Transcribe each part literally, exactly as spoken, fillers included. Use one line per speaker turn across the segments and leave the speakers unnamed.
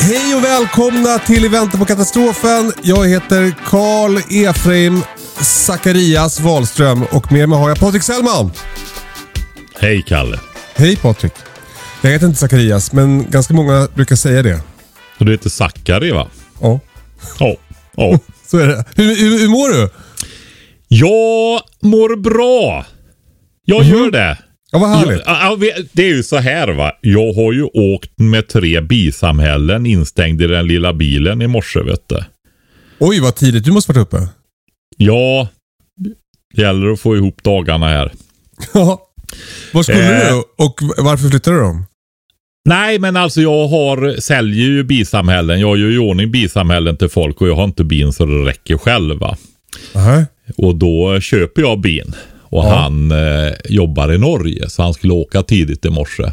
Hej och välkomna till I väntan på katastrofen. Jag heter Carl Efraim Zacharias Wahlström och med mig har jag Patrik Sellman.
Hej Kalle.
Hej Patrik. Jag heter inte Zacharias, men ganska många brukar säga det.
Och du heter Zachari, va?
Ja.
Ja. Ja.
Så är det. Hur, hur, hur mår du?
Jag mår bra. Jag
Mm-hmm.
gör det.
Ja, vad härligt.
Jag, det är ju så här, va. Jag har ju åkt med tre bisamhällen instängd i den lilla bilen i morse, vet du.
Oj, vad tidigt. Du måste varit uppe.
Ja, det gäller att få ihop dagarna här.
Ja. Var skulle
Eh.
du och varför flyttade du dem?
Nej, men alltså jag har säljer ju bisamhällen. Jag gör ju ordning bisamhällen till folk och jag har inte bin så det räcker själv, va.
Aha.
Och då köper jag bin. Och
ja.
han eh, jobbar i Norge så han skulle åka tidigt i morse.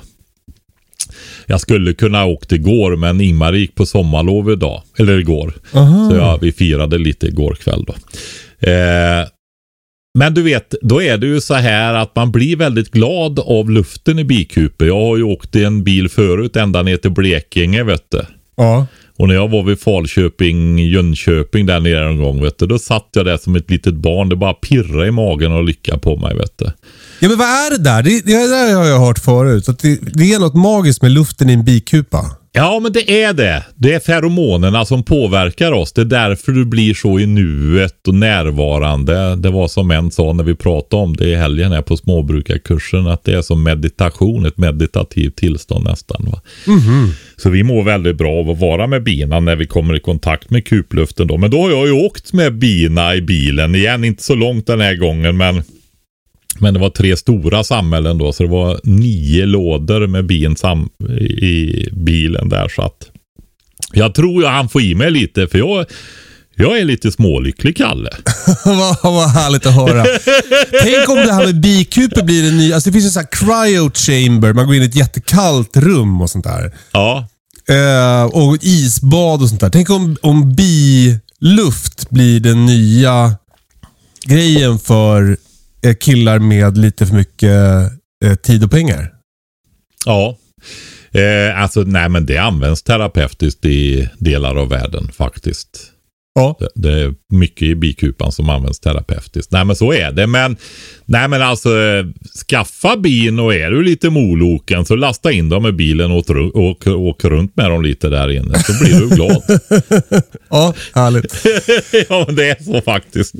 Jag skulle kunna ha åkt igår men Ingmar gick på sommarlov idag. Eller igår.
Aha.
Så ja, vi firade lite igår kväll då. Eh, men du vet, då är det ju så här att man blir väldigt glad av luften i bikuper. Jag har ju åkt i en bil förut ända ner till Blekinge, vet du.
Ja.
Och när jag var vid Falköping, Jönköping där nere en gång, vet du, då satt jag där som ett litet barn. Det bara pirrade i magen och lycka på mig, vet du.
Ja, men vad är det där? Det, det där har jag hört förut. Att det, det är något magiskt med luften i en bikupa.
Ja, men det är det. Det är feromonerna som påverkar oss. Det är därför du blir så i nuet och närvarande. Det var som en sa när vi pratade om det i helgen här på småbrukarkursen, att det är som meditation, ett meditativt tillstånd nästan, va?
Mm-hmm.
Så vi mår väldigt bra av att vara med bina när vi kommer i kontakt med kupluften då. Men då har jag ju åkt med bina i bilen igen, inte så långt den här gången, men Men det var tre stora samhällen då, så det var nio lådor med bin sam- i bilen där, så att jag tror jag han får i mig lite, för jag, jag är lite smålycklig, Kalle.
vad, vad härligt att höra. Tänk om det här med bikuper blir en ny... Alltså det finns en sån här cryo chamber, man går in i ett jättekallt rum och sånt där.
Ja.
Eh, och isbad och sånt där. Tänk om, om biluft blir den nya grejen för killar med lite för mycket eh, tid och pengar.
Ja. Eh, alltså nej, men det används terapeutiskt i delar av världen faktiskt.
Ja.
Det, det är mycket i bikupan som används terapeutiskt. Nej, men så är det. Men nej, men alltså skaffa bin, och är du lite moloken så lasta in dem i bilen och åk, åk runt med dem lite där inne, så blir du glad.
Ja, härligt.
Ja, men det är så faktiskt.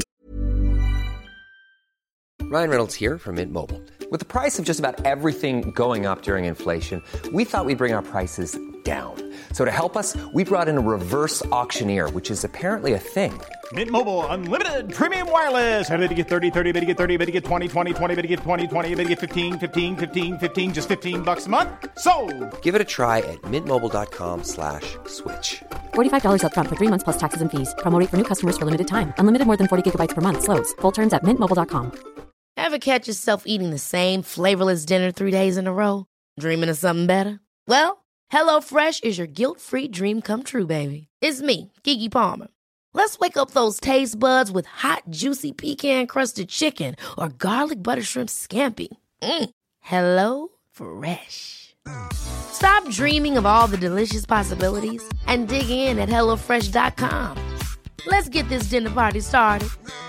Ryan Reynolds here from Mint Mobile. With the price of just about everything going up during inflation, we thought we'd bring our prices down. So to help us, we brought in a reverse auctioneer, which is apparently a thing.
Mint Mobile Unlimited Premium Wireless. How to get thirty, thirty, how to get thirty, how to get twenty, twenty, twenty, how to get twenty, twenty, how to get fifteen, fifteen, fifteen, fifteen, just fifteen bucks a month? Sold!
Give it a try at mintmobile.com slash switch.
forty-five dollars up front for three months plus taxes and fees. Promo rate for new customers for limited time. Unlimited more than forty gigabytes per month. Slows full terms at mint mobile dot com.
Ever catch yourself eating the same flavorless dinner three days in a row? Dreaming of something better? Well, HelloFresh is your guilt-free dream come true, baby. It's me, Keke Palmer. Let's wake up those taste buds with hot, juicy pecan-crusted chicken or garlic butter shrimp scampi. Mm. Hello Fresh. Stop dreaming of all the delicious possibilities and dig in at hello fresh dot com. Let's get this dinner party started.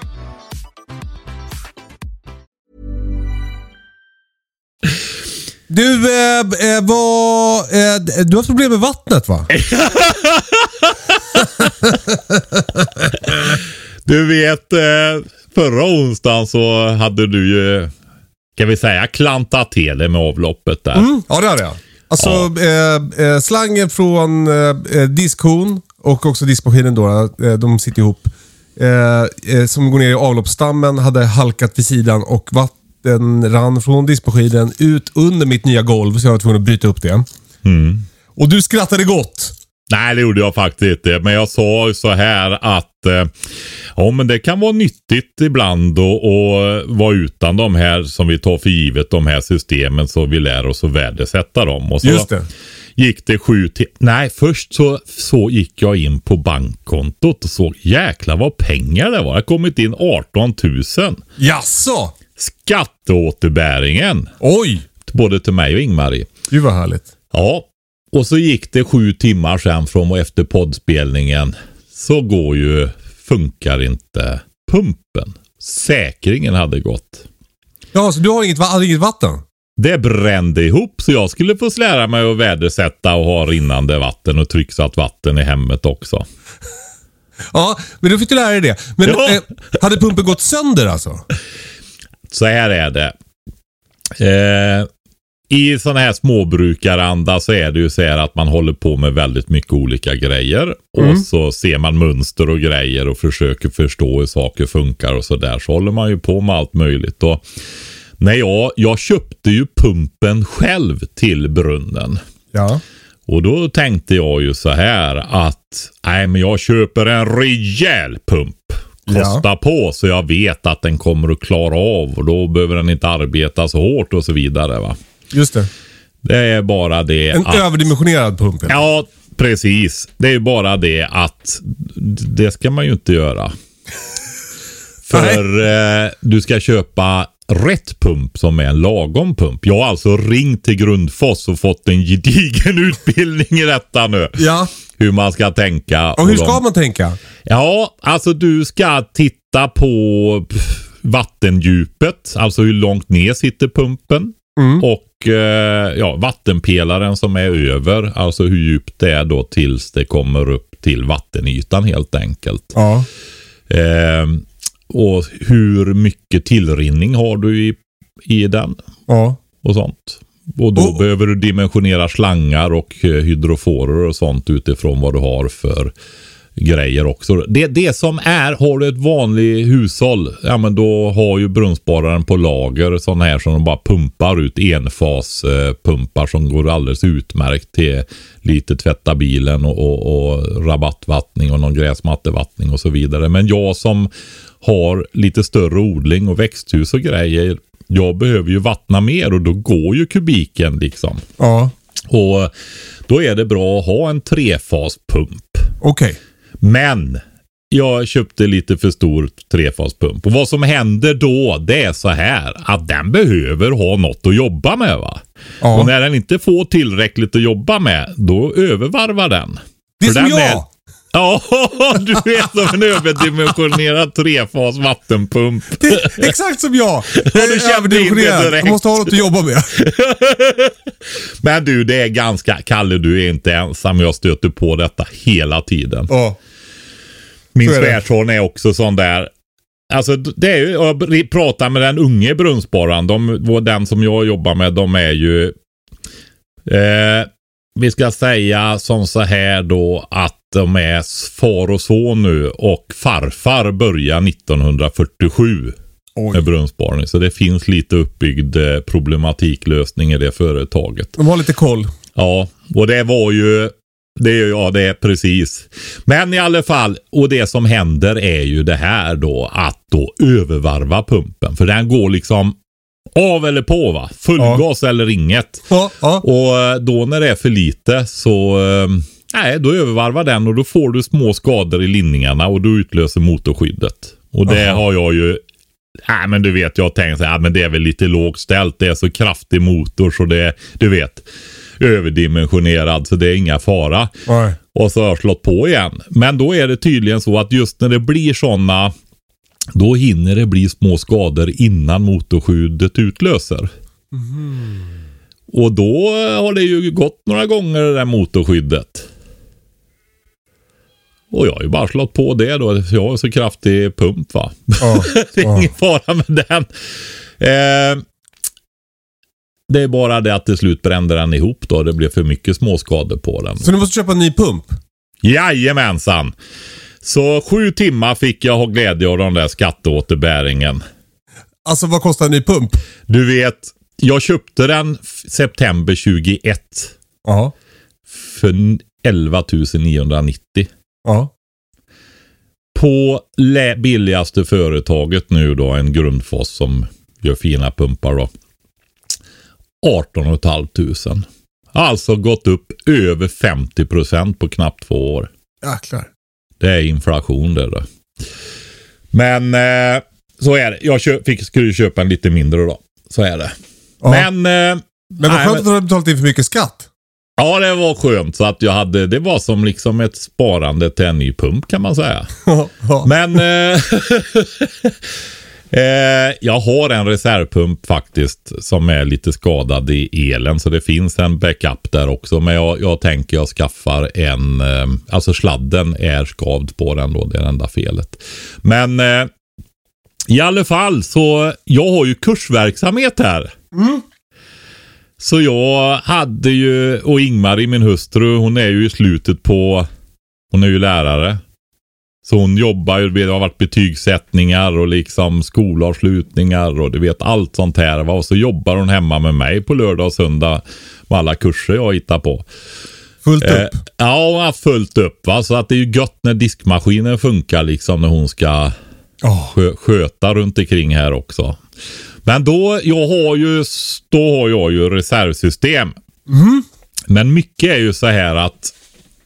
Du, eh, eh, vad, eh, du har problem med vattnet, va?
Du vet, eh, förra onsdagen så hade du ju, kan vi säga, klantat till det med avloppet där.
Mm, ja, det hade jag. Alltså, ja. eh, eh, slangen från eh, diskhon och också diskmaskinen då, eh, de sitter ihop. Eh, eh, som går ner i avloppsstammen, hade halkat vid sidan och vatten den rann från diskmaskinen ut under mitt nya golv, så jag var tvungen att bryta upp det.
Mm.
Och du skrattade gott.
Nej, det gjorde jag faktiskt inte. Men jag sa så här att eh, ja, men det kan vara nyttigt ibland att vara utan de här som vi tar för givet, de här systemen, så vi lär oss att värdesätta dem. Och så
just det.
Gick det sju till... Nej, först så, så gick jag in på bankkontot och såg, jäkla vad pengar det var. Jag har kommit in arton tusen.
Jaså?
Skatteåterbäringen.
Oj!
Både till mig och Ingmarie.
Det var härligt.
Ja. och så gick det sju timmar sen från och efter poddspelningen. Så går ju, funkar inte pumpen. Säkringen hade gått.
Ja, så du har inget, hade inget vatten?
Det brände ihop, så jag skulle få lära mig att vädersätta och ha rinnande vatten och trycksatt vatten i hemmet också.
Ja, men då fick du lära dig det. Men
Ja.
eh, hade pumpen gått sönder alltså?
Så här är det. Eh, I sån här småbrukaranda så är det ju så här att man håller på med väldigt mycket olika grejer.
Mm.
Och så ser man mönster och grejer och försöker förstå hur saker funkar och så där. Så håller man ju på med allt möjligt. Och när jag, jag köpte ju pumpen själv till brunnen.
Ja.
Och då tänkte jag ju så här att nej, men jag köper en rejäl pump. Kosta
Ja.
på så jag vet att den kommer att klara av, och då behöver den inte arbeta så hårt och så vidare, va.
Just det.
Det är bara det
En
att...
överdimensionerad pump. Eller?
Ja, precis. Det är ju bara det att det ska man ju inte göra. För eh, du ska köpa rätt pump som är en lagom pump. Jag har alltså ringt till Grundfos och fått en gedigen utbildning i detta nu.
Ja.
Hur man ska tänka.
Och hur
de-
ska man tänka?
Ja, alltså du ska titta på vattendjupet. Alltså hur långt ner sitter pumpen.
Mm.
Och eh, ja, vattenpelaren som är över. Alltså hur djupt det är då tills det kommer upp till vattenytan helt enkelt.
Ja.
Eh, och hur mycket tillrinning har du i, i den
Ja.
och sånt. Och då
Och-
behöver du dimensionera slangar och eh, hydroforer och sånt utifrån vad du har för grejer också. Det, det som är, har du ett vanligt hushåll, ja men då har ju brunnspararen på lager sån här som de bara pumpar ut enfas eh, pumpar som går alldeles utmärkt till lite tvätta bilen och, och, och rabattvattning och någon gräsmattevattning och så vidare. Men jag som har lite större odling och växthus och grejer, jag behöver ju vattna mer och då går ju kubiken liksom.
Ja.
Och då är det bra att ha en trefaspump.
Okej.
Men jag köpte lite för stor trefaspump. Och vad som händer då, det är så här att den behöver ha något att jobba med, va?
Ja.
Och när den inte får tillräckligt att jobba med, då övervarvar den.
Det är
För
som
den
jag!
Ja, du är som en överdimensionerad trefas vattenpump.
Det är exakt som jag!
du
Jag är
kände
överdimensionerad.
inte direkt.
Jag måste ha något att jobba med.
Men du, det är ganska... Kalle, du är inte ensam. Jag stöter på detta hela tiden.
Ja.
Min
Så är det.
svärson är också sån där. Alltså det är ju, jag pratar med den unge brunnspararen. De, den som jag jobbar med, de är ju eh, vi ska säga som så här då att de är far och son nu, och farfar börjar nittonhundrafyrtiosju
Oj.
med brunnssparning. Så det finns lite uppbyggd eh, problematiklösning i det företaget.
De har lite koll.
Ja, och det var ju det är ju, ja, det är precis. Men i alla fall, och det som händer är ju det här då, att då övervarva pumpen. För den går liksom av eller på, va? Fullgas ja. Eller inget.
Ja, ja.
Och då när det är för lite så nej, då övervarvar den och då får du små skador i linningarna och då utlöser motorskyddet. Och det
Aha.
har jag ju nej, men du vet, jag tänkte så här, men det är väl lite lågt ställt. Det är så kraftig motor så det, du vet, överdimensionerad så det är inga fara.
Nej.
Och så har jag slått på igen. Men då är det tydligen så att just när det blir sådana, då hinner det bli små skador innan motorskyddet utlöser. Mm. Och då har det ju gått några gånger det där motorskyddet. Och jag har ju bara slått på det då. Jag har så kraftig pump, va?
Ja.
Det är
Ja.
ingen fara med den. Eh, det är bara det att till slut brände den ihop då. Det blev för mycket småskador på den.
Så du måste köpa en ny pump?
Jajamensan. Så sju timmar fick jag ha glädje av den där skatteåterbäringen.
Alltså vad kostar en ny pump?
Du vet, jag köpte den f- september tjugoett
Ja.
för elva tusen niohundranittio.
Ja.
På lä- billigaste företaget nu då, en Grundfos som gör fina pumpar då. arton tusen fem hundra. Alltså gått upp över femtio procent på knappt två år.
Jäklar.
Det är inflation det då. Men eh, så är det. Jag köp, fick, skulle köpa en lite mindre då. Så är det.
Ja.
Men... Eh,
Men vad
nej,
skönt att du har betalat in för mycket skatt.
Ja, det var skönt. Så att jag hade, det var som liksom ett sparande till en ny pump kan man säga. Men eh, eh, jag har en reservpump faktiskt som är lite skadad i elen. Så det finns en backup där också. Men jag, jag tänker jag skaffar en, eh, alltså sladden är skavd på den då. Det är det enda felet. Men eh, i alla fall så jag har ju kursverksamhet här. Mm. Så jag hade ju, och Ingmar i min hustru, hon är ju i slutet på, hon är ju lärare. Så hon jobbar ju, det har varit betygssättningar och liksom skolavslutningar och du vet allt sånt här. Va? Och så jobbar hon hemma med mig på lördag och söndag med alla kurser jag hittar på.
Fullt upp?
Eh, ja, hon har fullt upp. Va? Så att det är ju gött när diskmaskinen funkar liksom när hon ska oh. skö- sköta runt omkring här också. Men då, jag har ju, då har jag ju reservsystem. Mm. Men mycket är ju så här att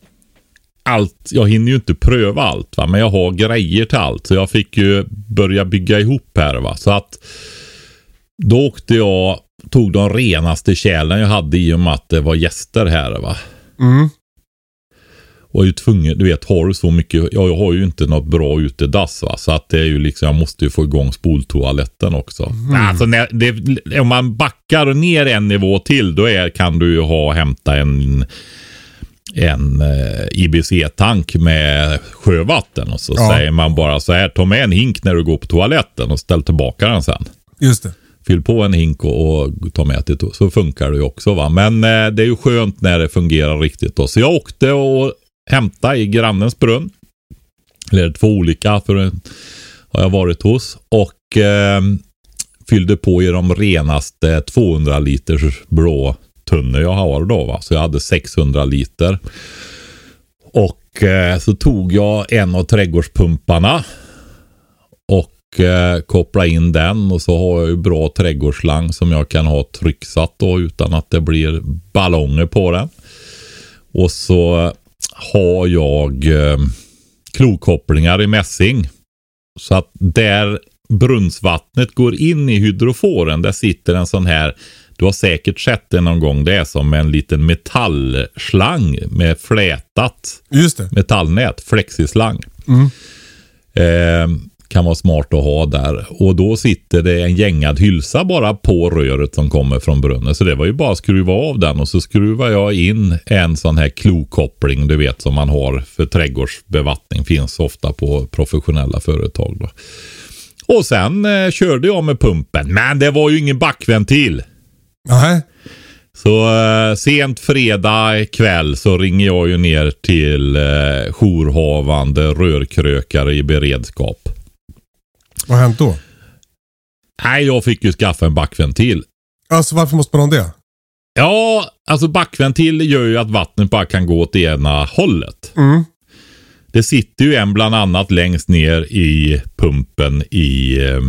allt, jag hinner ju inte pröva allt va, men jag har grejer till allt. Så jag fick ju börja bygga ihop här va. Så att då åkte jag, tog de renaste kärlen jag hade i och med att det var gäster här va. Mm. Och är ju tvungen, du vet, har du så mycket, jag har ju inte något bra utedass va, så att det är ju liksom, jag måste ju få igång spoltoaletten också. Mm. Alltså när det, om man backar ner en nivå till, då är, kan du ju ha, hämta en en eh, I B C-tank med sjövatten och så ja. Säger man bara så här, ta med en hink när du går på toaletten och ställ tillbaka den sen.
Just det.
Fyll på en hink och, och ta med till to- så funkar det ju också va. Men eh, det är ju skönt när det fungerar riktigt då. Så jag åkte och hämta i grannens brunn. Eller två olika för har jag varit hos. Och eh, fyllde på i de renaste tvåhundra liters blå tunnor jag har då va. Så jag hade sexhundra liter. Och eh, så tog jag en av trädgårdspumparna. Och eh, koppla in den. Och så har jag ju bra trädgårdsslang som jag kan ha trycksatt då utan att det blir ballonger på den. Och så har jag eh, klokopplingar i mässing. Så att där brunnsvattnet går in i hydroforen, där sitter en sån här, du har säkert sett det någon gång, det är som en liten metallslang med flätat
Just det.
metallnät, flexislang.
Mm.
Eh, kan vara smart att ha där. Och då sitter det en gängad hylsa bara på röret som kommer från brunnen. Så det var ju bara att skruva av den och så skruvar jag in en sån här klokoppling, du vet, som man har för trädgårdsbevattning. Finns ofta på professionella företag då. Och sen eh, körde jag med pumpen. Men det var ju ingen backventil.
Nej.
Så eh, sent fredag kväll så ringer jag ju ner till eh, jourhavande rörkrökare i beredskap.
Vad har hänt då?
Nej, jag fick ju skaffa en backventil.
Alltså varför måste man ha det?
Ja, alltså backventil gör ju att vattnet bara kan gå åt det ena hållet.
Mm.
Det sitter ju en bland annat längst ner i pumpen i eh,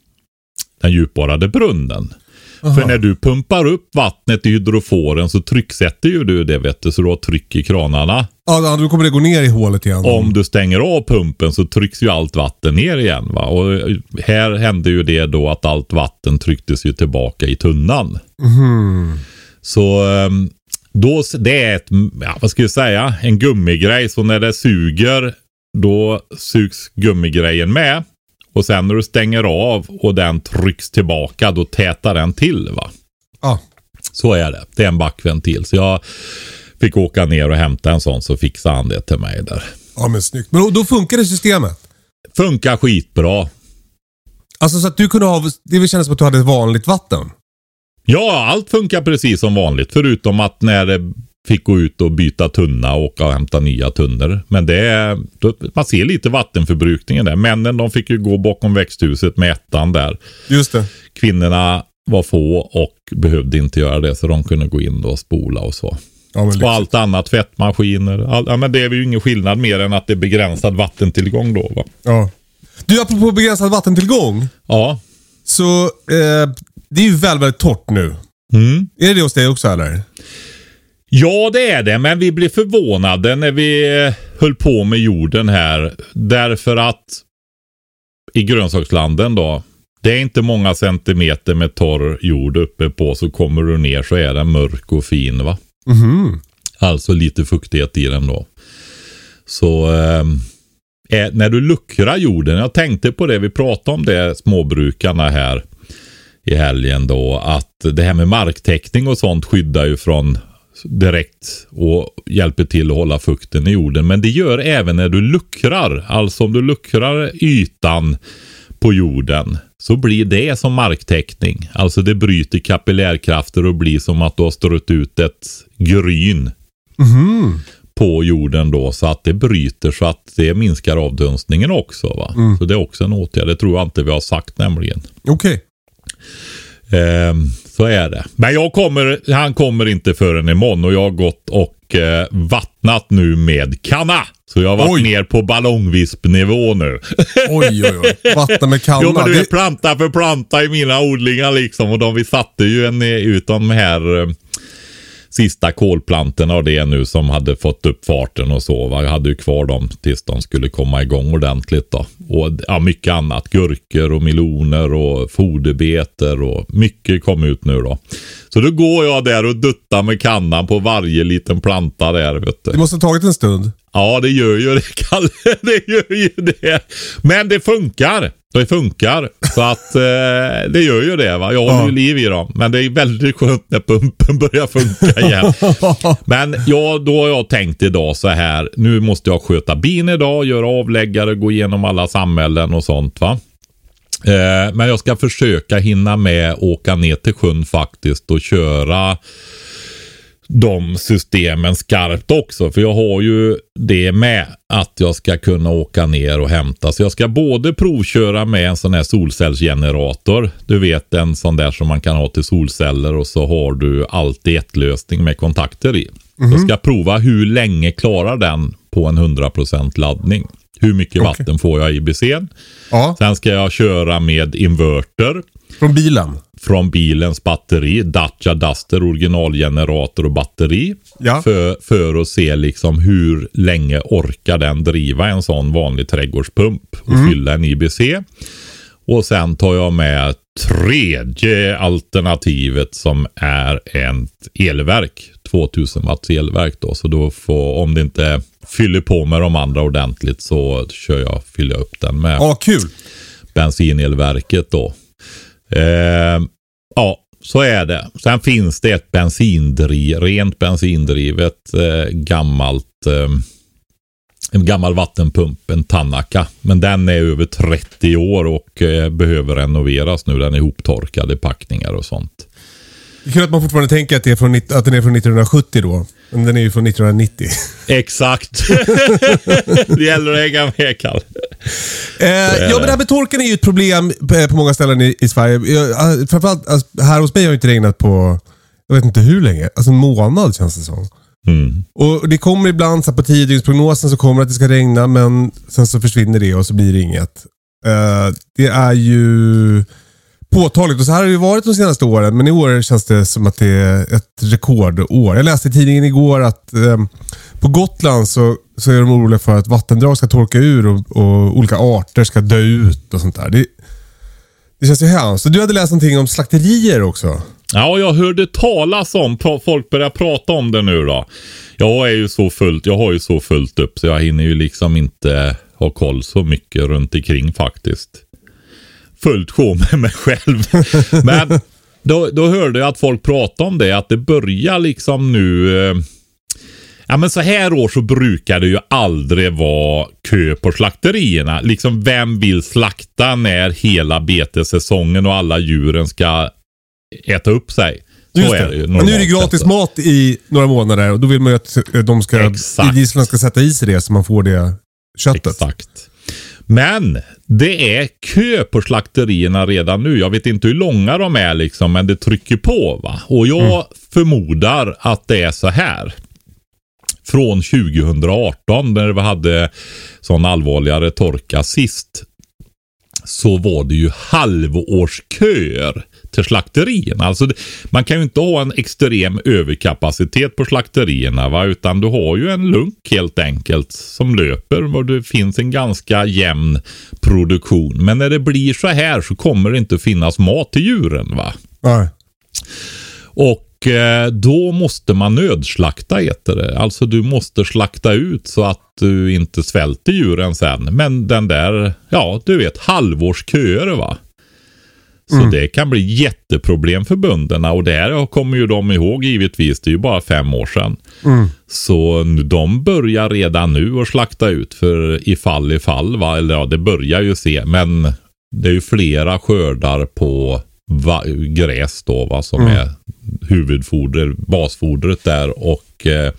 den djupborrade brunnen. Aha. För när du pumpar upp vattnet i hydroforen så trycksätter ju du det, vet du, så du har tryck i kranarna.
Ja, då kommer det gå ner i hålet igen.
Om du stänger av pumpen så trycks ju allt vatten ner igen va. Och här hände ju det då att allt vatten trycktes ju tillbaka i tunnan.
Mm.
Så då, det är ett, ja, vad ska jag säga, en gummigrej. Så när det suger, då sugs gummigrejen med. Och sen när du stänger av och den trycks tillbaka, då tätar den till va.
Ja.
Så är det. Det är en backventil. Så jag fick åka ner och hämta en sån, så fixade han det till mig där.
Ja, men snyggt. Men då, då funkar det systemet?
Funkar skitbra.
Alltså så att du kunde ha, det vill kännas som att du hade ett vanligt vatten?
Ja, allt funkar precis som vanligt. Förutom att när det fick gå ut och byta tunna och åka och hämta nya tunnor. Men det är, man ser lite vattenförbrukningen där. Männen, de fick ju gå bakom växthuset med ettan där.
Just det.
Kvinnorna var få och behövde inte göra det, så de kunde gå in och spola och så.
Ja, men
och allt annat, tvättmaskiner. All, ja, men det är ju ingen skillnad mer än att det är begränsad vattentillgång då va?
Ja. Du, apropå begränsad vattentillgång.
Ja.
Så eh, det är ju väldigt, väldigt torrt nu.
Mm.
Är det det hos dig också eller?
Ja, det är det. Men vi blev förvånade när vi höll på med jorden här. Därför att i grönsakslanden då, det är inte många centimeter med torr jord uppe på, så kommer du ner så är den mörk och fin va.
Mhm.
Alltså lite fuktighet i den då. Så eh, när du luckrar jorden, jag tänkte på det, vi pratade om det, småbrukarna här i helgen då, att det här med marktäckning och sånt skyddar ju från direkt och hjälper till att hålla fukten i jorden. Men det gör även när du luckrar. Alltså om du luckrar ytan på jorden så blir det som marktäckning. Alltså det bryter kapillärkrafter och blir som att du har strött ut ett gryn mm. på jorden då, så att det bryter så att det minskar avdunstningen också va. Mm. Så det är också en åtgärd. Det tror jag inte vi har sagt nämligen.
Okej. Okay.
Ehm, så är det. Men jag kommer, han kommer inte förrän imorgon och jag har gått och eh, vattnat nu med kanna. Så jag har varit oj. ner på ballongvispnivå nu.
Oj, oj, oj. Vattna med kanna.
Jo, men du är det... planta för planta i mina odlingar liksom. Och de, vi satte ju en ut de här... Eh, sista kolplantorna och det nu som hade fått upp farten och så. Va? Jag hade ju kvar dem tills de skulle komma igång ordentligt då. Och ja, mycket annat. Gurkor och meloner och foderbeter och mycket kom ut nu då. Så då går jag där och duttar med kannan på varje liten planta där, vet du.
Det måste ha tagit en stund.
Ja, det gör ju det, Kalle. Det gör ju det. Men det funkar. Det funkar. Så att eh, det gör ju det, va. Jag har ju liv i dem. Men det är väldigt skönt när pumpen börjar funka igen. Men ja, då har jag tänkt idag så här. Nu måste jag sköta bin idag. Göra avläggare, gå igenom alla samhällen och sånt, va. Eh, men jag ska försöka hinna med åka ner till sjön faktiskt och köra de systemen skarpt också, för jag har ju det med att jag ska kunna åka ner och hämta, så jag ska både provköra med en sån här solcellsgenerator, du vet en sån där som man kan ha till solceller, och så har du alltid ett lösning med kontakter i. Mm-hmm. Jag ska prova hur länge klarar den på en hundra procent laddning. Hur mycket okay. vatten får jag i I B C:n? Ja. Sen ska jag köra med inverter.
Från bilen?
Från bilens batteri. Dacia Duster, originalgenerator och batteri. Ja. För, för att se liksom hur länge orkar den driva en sån vanlig trädgårdspump. Och mm. fylla en I B C. Och sen tar jag med tredje alternativet som är ett elverk. tvåtusen watts elverk då. Så då får, om det inte fyller på med de andra ordentligt, så kör jag, fyller upp den med
ah, kul.
bensinelverket då. Eh, ja, så är det. Sen finns det ett bensindriv, rent bensindrivet eh, gammalt eh, en gammal vattenpump, en Tanaka. Men den är över trettio år och eh, behöver renoveras nu. Den är ihoptorkad i packningar och sånt.
Det är kul att man fortfarande tänker att, det är från, att den är från nittonhundrasjuttio då. Men den är ju från nittonhundranittio.
Exakt. Det gäller att hänga med, Kalle.
Eh, ja, men det här med torken är ju ett problem på många ställen i, i Sverige. Jag, framförallt alltså, här hos mig har det inte regnat på, jag vet inte hur länge. Alltså en månad känns det som. Mm. Och det kommer ibland så på tiodygnsprognosen så kommer det att det ska regna, men sen så försvinner det och så blir det inget. Eh, det är ju påtagligt, och så här har det ju varit de senaste åren, men i år känns det som att det är ett rekordår. Jag läste i tidningen igår att eh, på Gotland så, så är de oroliga för att vattendrag ska torka ur och, och olika arter ska dö ut och sånt där. Det, det känns ju hemskt. Så du hade läst någonting om slakterier också?
Ja, jag hörde talas om, folk börjar prata om det nu då. Jag är ju så fullt, jag har ju så fullt upp så jag hinner ju liksom inte ha koll så mycket runt omkring faktiskt. Fullt sjå med mig själv. Men då, då hörde jag att folk pratade om det, att det börjar liksom nu eh, ja men så här år så brukar det ju aldrig vara kö på slakterierna. Liksom vem vill slakta när hela betesäsongen och alla djuren ska äta upp sig? Så
just det.
Är det ju
men nu är det gratis sättet. Mat i några månader och då vill man ju att de ska, idisarna ska sätta i sig det så man får det köttet.
Exakt. Men det är kö på slakterierna redan nu. Jag vet inte hur långa de är liksom, men det trycker på, va? Och jag mm. förmodar att det är så här. Från tjugohundraarton när vi hade sån allvarligare torka sist, så var det ju halvårsköer till slakterierna. Alltså det, man kan ju inte ha en extrem överkapacitet på slakterierna, va? Utan du har ju en lunk helt enkelt som löper och det finns en ganska jämn produktion. Men när det blir så här så kommer det inte finnas mat till djuren, va?
Nej.
Och Och eh, då måste man nödslakta, heter det. Alltså du måste slakta ut så att du inte svälter djuren sen. Men den där, ja du vet, halvårsköer va. Så mm. det kan bli jätteproblem för bönderna. Och det här kommer ju de ihåg givetvis. Det är ju bara fem år sedan. Mm. Så de börjar redan nu att slakta ut. För ifall ifall va. Eller ja, det börjar ju se. Men det är ju flera skördar på va- gräs då va. Som mm. är huvudfoder, basfodret där. Och eh,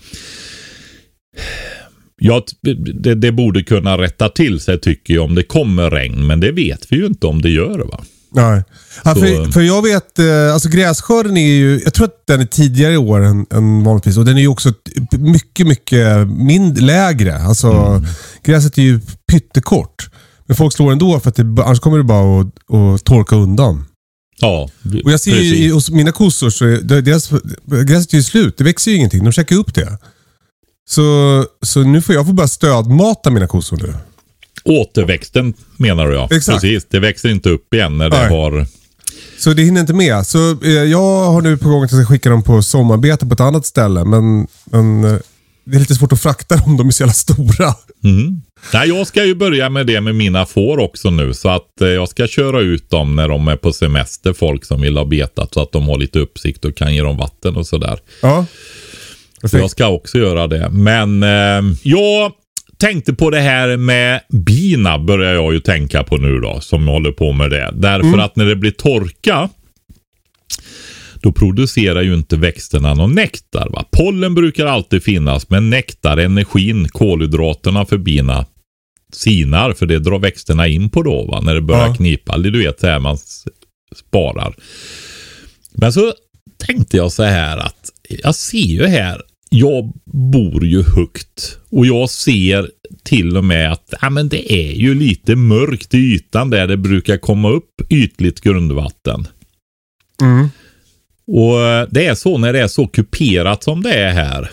ja, det, det borde kunna rätta till sig tycker jag om det kommer regn. Men det vet vi ju inte om det gör va.
Nej, ja, för, för jag vet, alltså grässkörden är ju, jag tror att den är tidigare i år än, än vanligtvis och den är ju också mycket, mycket mind, lägre. Alltså mm. gräset är ju pyttekort. Men folk slår ändå för att det, annars kommer det bara att, att torka undan.
Ja,
och jag ser precis. ju hos mina kossor så är deras, gräset är ju slut, det växer ju ingenting, de checkar upp det. Så, så nu får jag få börja stödmata mina kossor nu.
Återväxten menar du ja.
Exakt.
Precis, det växer inte upp igen när det
Nej.
har...
Så det hinner inte med. Så eh, jag har nu på gång att jag ska skicka dem på sommararbete på ett annat ställe. Men, men eh, det är lite svårt att frakta dem, de är så jävla stora.
Mm. Nej, jag ska ju börja med det med mina får också nu. Så att eh, jag ska köra ut dem när de är på semester, folk som vill ha betat. Så att de har lite uppsikt och kan ge dem vatten och sådär.
Ja.
Så jag ska också göra det. Men eh, jag... tänkte på det här med bina börjar jag ju tänka på nu då som håller på med det. Därför mm. att när det blir torka då producerar ju inte växterna någon nektar va. Pollen brukar alltid finnas men nektar, energin, kolhydraterna för bina sinar för det drar växterna in på då va. När det börjar ja. knipa, du vet så här man sparar. Men så tänkte jag så här att jag ser ju här jag bor ju högt och jag ser till och med att ja, men det är ju lite mörkt i ytan där det brukar komma upp ytligt grundvatten. Mm. Och det är så när det är så kuperat som det är här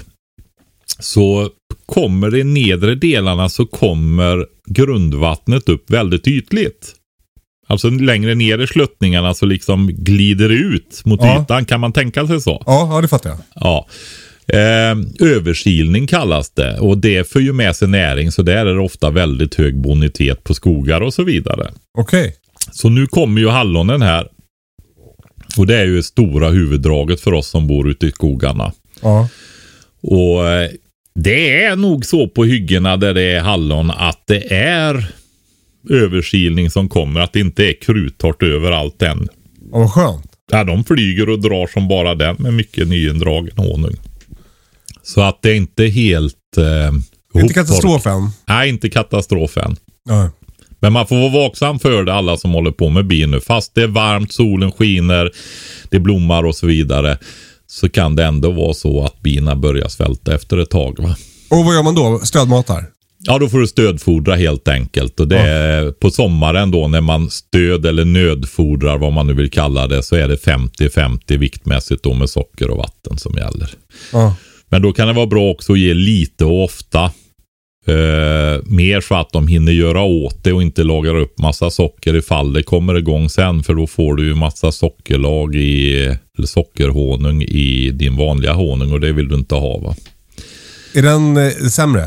så kommer det nedre delarna så kommer grundvattnet upp väldigt ytligt. Alltså längre ner i sluttningarna så liksom glider det ut mot ja. ytan. Kan man tänka sig så?
Ja, ja det fattar jag.
Ja. Eh, översilning kallas det och det för ju med sig näring så där är det ofta väldigt hög bonitet på skogar och så vidare.
Okej. Okay.
Så nu kommer ju hallonen här och det är ju stora huvuddraget för oss som bor ute i skogarna.
Ja.
Och eh, det är nog så på hyggena där det är hallon att det är översilning som kommer, att det inte är kruttorrt överallt än.
Ja, vad skönt.
Ja, de flyger och drar som bara den med mycket nyindragen honung. Så att det är inte helt... Eh,
inte katastrofen?
Nej, inte katastrofen.
Nej.
Men man får vara vaksam för det, alla som håller på med bin nu. Fast det är varmt, solen skiner, det blommar och så vidare. Så kan det ändå vara så att bina börjar svälta efter ett tag va?
Och vad gör man då? Stödmatar?
Ja, då får du stödfodra helt enkelt. Och det är ja. på sommaren då när man stöd eller nödfodrar, vad man nu vill kalla det, så är det femtio femtio viktmässigt då med socker och vatten som gäller.
Ja.
Men då kan det vara bra också att ge lite och ofta eh, mer så att de hinner göra åt det och inte lagar upp massa socker ifall det kommer igång sen. För då får du ju massa sockerlag i, eller sockerhonung i din vanliga honung och det vill du inte ha va?
Är den eh, sämre?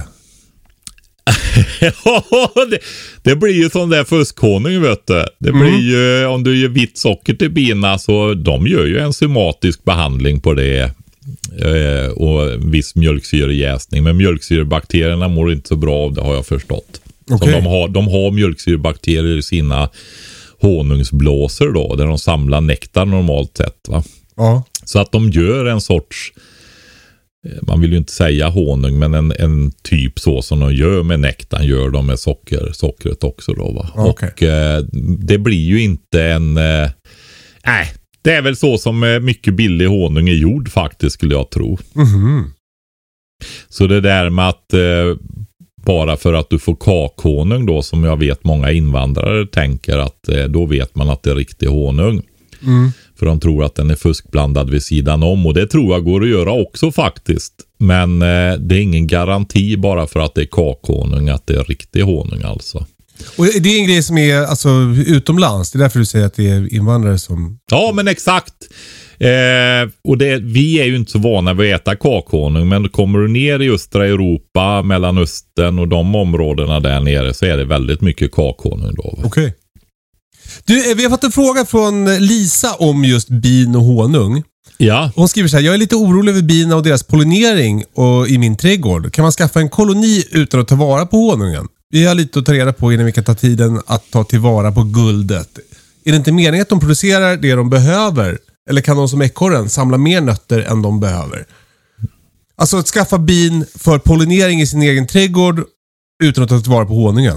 Ja, det, det blir ju sån där fuskhonung vet du. Det blir mm. ju, om du gör vitt socker till bina så de gör ju en enzymatisk behandling på det eh, och viss mjölksyrejäsning. Men mjölksyrebakterierna mår inte så bra av det har jag förstått. Okay. Så de har, de har mjölksyrebakterier i sina honungsblåsor då, där de samlar nektar normalt sett va.
Ja.
Så att de gör en sorts, man vill ju inte säga honung, men en, en typ så som de gör med nektarn gör de med socker, sockret också då va.
Okay.
Och eh, det blir ju inte en nej, eh, det är väl så som mycket billig honung är gjord faktiskt skulle jag tro.
Mm-hmm.
Så det där med att eh, bara för att du får kakhonung då, som jag vet många invandrare tänker att eh, då vet man att det är riktig honung.
Mm.
För de tror att den är fuskblandad vid sidan om. Och det tror jag går att göra också faktiskt. Men eh, det är ingen garanti bara för att det är kakhonung att det är riktig honung alltså.
Och det är en grej som är alltså, utomlands. Det är därför du säger att det är invandrare som...
Ja men exakt. Eh, och det, vi är ju inte så vana vid att äta kakhonung, men kommer du ner i östra Europa, Mellanöstern och de områdena där nere, så är det väldigt mycket kakhonung då.
Okej. Okay. Du, vi har fått en fråga från Lisa om just bin och honung.
Ja.
Hon skriver så här: jag är lite orolig över bina och deras pollinering och i min trädgård. Kan man skaffa en koloni utan att ta vara på honungen? Vi har lite att ta reda på innan vi kan ta tiden att ta tillvara på guldet. Är det inte meningen att de producerar det de behöver? Eller kan de som ekorren samla mer nötter än de behöver? Alltså att skaffa bin för pollinering i sin egen trädgård utan att ta tillvara på honungen.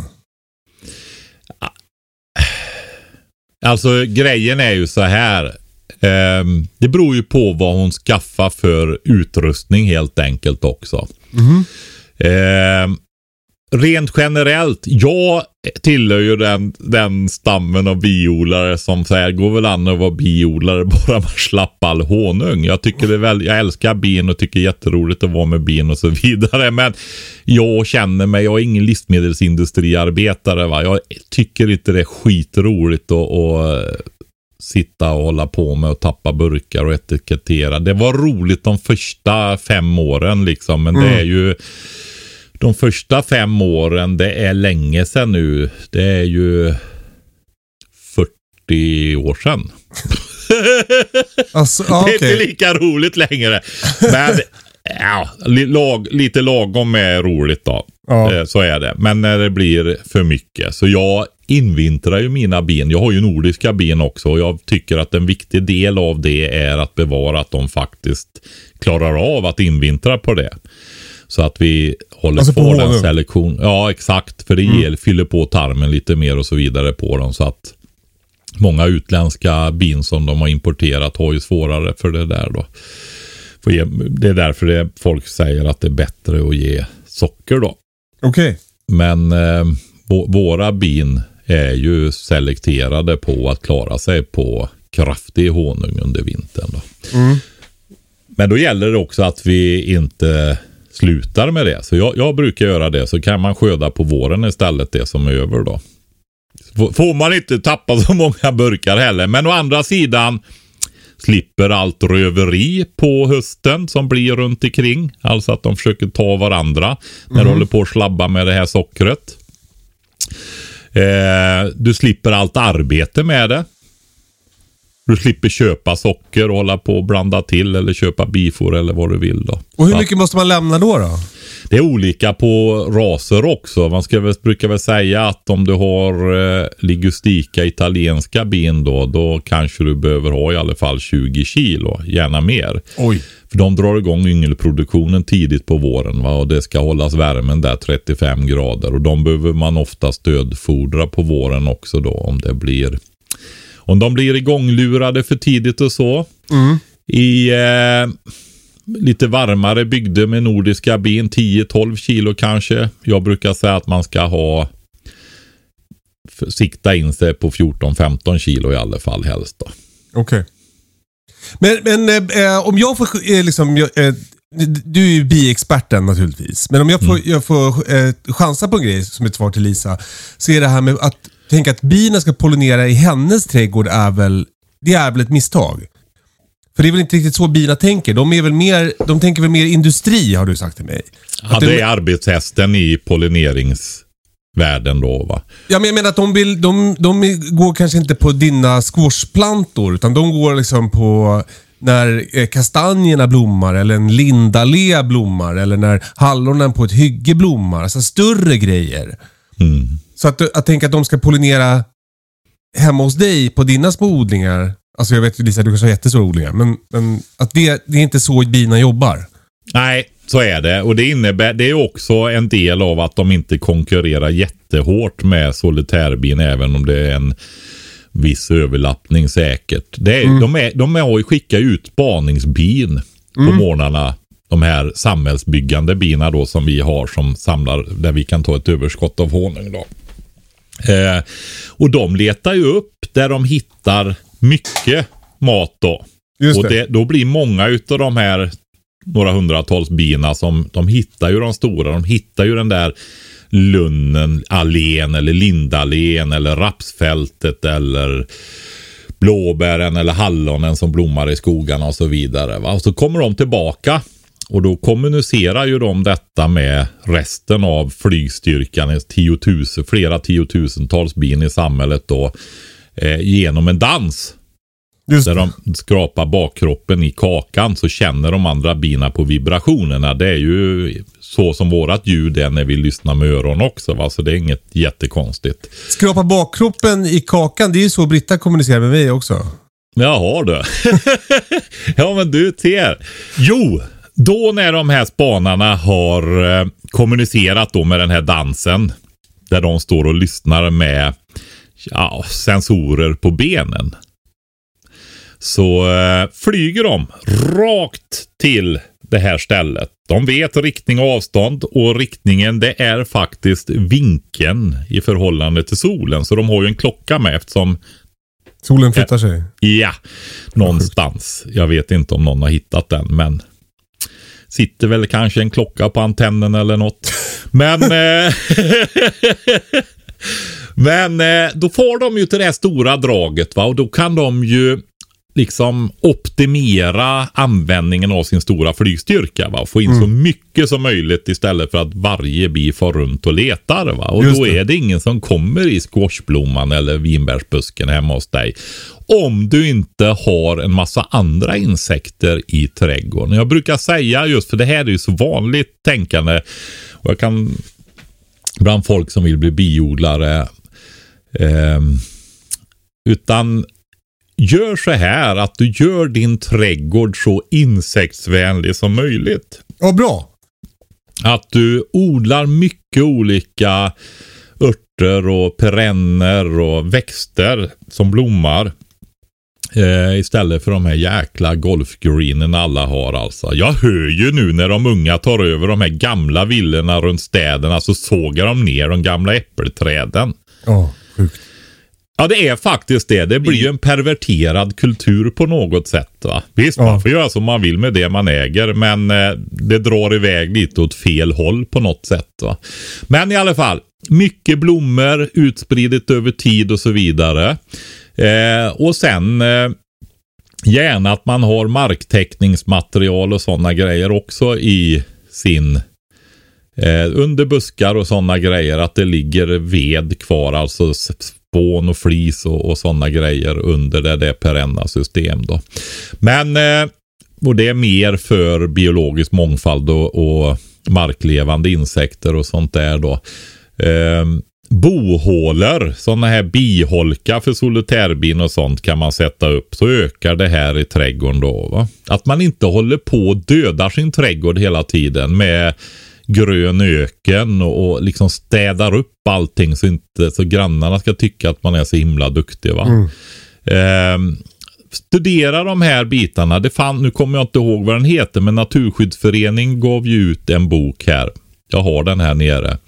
Alltså grejen är ju så här. Eh, det beror ju på vad hon skaffar för utrustning helt enkelt också.
Mm.
Eh, rent generellt, jag tillhör ju den, den stammen av biodlare som säger, går väl an att vara biodlare bara man slapp all honung. Jag tycker det är väl, jag älskar bin och tycker det är jätteroligt att vara med bin och så vidare, men jag känner mig, jag är ingen livsmedelsindustriarbetare, va? Jag tycker inte det är skitroligt att, att sitta och hålla på med och tappa burkar och etikettera. Det var roligt de första fem åren liksom, men mm. det är ju de första fem åren, det är länge sedan nu. Det är ju fyrtio år sedan.
Alltså, ah, okay.
Det är inte lika roligt längre. Men ja, lag, lite lagom är roligt då. Ja. Så är det. Men när det blir för mycket. Så jag invintrar ju mina bin. Jag har ju nordiska bin också. Och jag tycker att en viktig del av det är att bevara att de faktiskt klarar av att invintra på det. Så att vi håller alltså på, på den selektion. Ja, exakt. För det ger, mm. fyller på tarmen lite mer och så vidare på dem. Så att många utländska bin som de har importerat har ju svårare för det där då. För det är därför det folk säger att det är bättre att ge socker då.
Okej. Okay.
Men eh, våra bin är ju selekterade på att klara sig på kraftig honung under vintern då.
Mm. Men
då gäller det också att vi inte slutar med det. Så jag, jag brukar göra det. Så kan man skörda på våren istället det som är över då. Får man inte tappa så många burkar heller. Men å andra sidan slipper allt röveri på hösten som blir runt omkring. Alltså att de försöker ta varandra när mm. de håller på att slabba med det här sockret. Eh, du slipper allt arbete med det. Du slipper köpa socker och hålla på och blanda till eller köpa bifor eller vad du vill då.
Och hur mycket måste man lämna då då?
Det är olika på raser också. Man ska väl, brukar väl säga att om du har eh, ligustika italienska bin då, då kanske du behöver ha i alla fall tjugo kilo, gärna mer.
Oj.
För de drar igång yngelproduktionen tidigt på våren, va? Och det ska hållas värmen där trettiofem grader. Och de behöver man ofta stödfodra på våren också då om det blir... Om de blir igånglurade för tidigt och så.
Mm.
I eh, lite varmare bygder med nordiska bin, tio till tolv kilo kanske. Jag brukar säga att man ska ha sikta in sig på fjorton till femton kilo i alla fall helst då.
Okej. Okay. Men, men eh, om jag får eh, liksom... Eh, du är ju biexperten naturligtvis. Men om jag får, mm. jag får eh, chansa på en grej som ett svar till Lisa, så är det här med att tänka att bina ska pollinera i hennes trädgård är väl, det är väl ett misstag. För det är väl inte riktigt så bina tänker. De är väl mer, de tänker väl mer industri, har du sagt till mig.
Ja, det är arbetshästen i pollineringsvärlden då, va?
Ja, men jag menar att de vill, de, de går kanske inte på dina squashplantor, utan de går liksom på när kastanjerna blommar eller en lindallé blommar eller när hallonen på ett hygge blommar, alltså större grejer.
Mm.
Så att, att tänka att de ska pollinera hemma hos dig på dina små odlingar. Alltså jag vet ju Lisa, du kanske har jättestora odlingar. Men, men att det, det är inte så bina jobbar.
Nej, så är det. Och det innebär, det är också en del av att de inte konkurrerar jättehårt med solitärbin, även om det är en viss överlappning säkert. Det är, mm. De, är, de är, skickar ut spaningsbin på mm. morgnarna. De här samhällsbyggande bina då som vi har som samlar, där vi kan ta ett överskott av honung då. Eh, och de letar ju upp där de hittar mycket mat då.
Just
och det, då blir många utav de här några hundratals bina som de hittar ju de stora, de hittar ju den där lunnen, allén eller lindallén eller rapsfältet eller blåbären eller hallonen som blommar i skogarna och så vidare. Va? Och så kommer de tillbaka och då kommunicerar ju de detta med resten av flygstyrkan, tiotusen, flera tiotusentals bin i samhället då, eh, genom en dans. Just där de skrapar bakkroppen i kakan, så känner de andra bina på vibrationerna. Det är ju så som vårat ljud är när vi lyssnar med öron också, va? Så det är inget jättekonstigt.
Skrapa bakkroppen i kakan, det är ju så Britta kommunicerar med mig också.
Jaha du. Ja men du ser. Jo, då när de här spanarna har eh, kommunicerat då med den här dansen, där de står och lyssnar med ja, sensorer på benen, så eh, flyger de rakt till det här stället. De vet riktning och avstånd, och riktningen det är faktiskt vinkeln i förhållande till solen. Så de har ju en klocka med eftersom
solen flyttar sig.
Ja, någonstans. Jag vet inte om någon har hittat den, men sitter väl kanske en klocka på antennen eller något. Men eh, men eh, då får de ju till det här stora draget, va? Och då kan de ju liksom optimera användningen av sin stora flygstyrka, va? Och få in mm. så mycket som möjligt istället för att varje bi får runt och letar, va? Och just då det. Är det ingen som kommer i squashblomman eller vinbärsbusken hemma hos dig om du inte har en massa andra insekter i trädgården. Jag brukar säga, just för det här är ju så vanligt tänkande, och jag kan bland folk som vill bli biodlare eh, utan gör så här att du gör din trädgård så insektsvänlig som möjligt.
Ja, bra.
Att du odlar mycket olika örter och perenner och växter som blommar eh, istället för de här jäkla golfgreenen alla har alltså. Jag hör ju nu när de unga tar över de här gamla villorna runt städerna, så sågar de ner de gamla äppelträden.
Ja, oh, sjukt.
Ja, det är faktiskt det. Det blir ju en perverterad kultur på något sätt, va? Visst, ja. Man får göra som man vill med det man äger, men eh, det drar iväg lite åt fel håll på något sätt, va? Men i alla fall, mycket blommor utspridigt över tid och så vidare. Eh, och sen eh, gärna att man har marktäckningsmaterial och sådana grejer också i sin eh, under buskar och sådana grejer, att det ligger ved kvar, alltså spån och flis och, och sådana grejer under det, det perenna system då. Men eh, och det är mer för biologisk mångfald och, och marklevande insekter och sånt där då. Eh, bohålor, sådana här biholka för solitärbin och sånt kan man sätta upp, så ökar det här i trädgården då, va? Att man inte håller på och dödar sin trädgård hela tiden med grön öken och, och liksom städar upp allting så inte så grannarna ska tycka att man är så himla duktig, va? Mm. Eh, studera de här bitarna. Det fann, nu kommer jag inte ihåg vad den heter, men Naturskyddsförening gav ju ut en bok här. Jag har den här nere.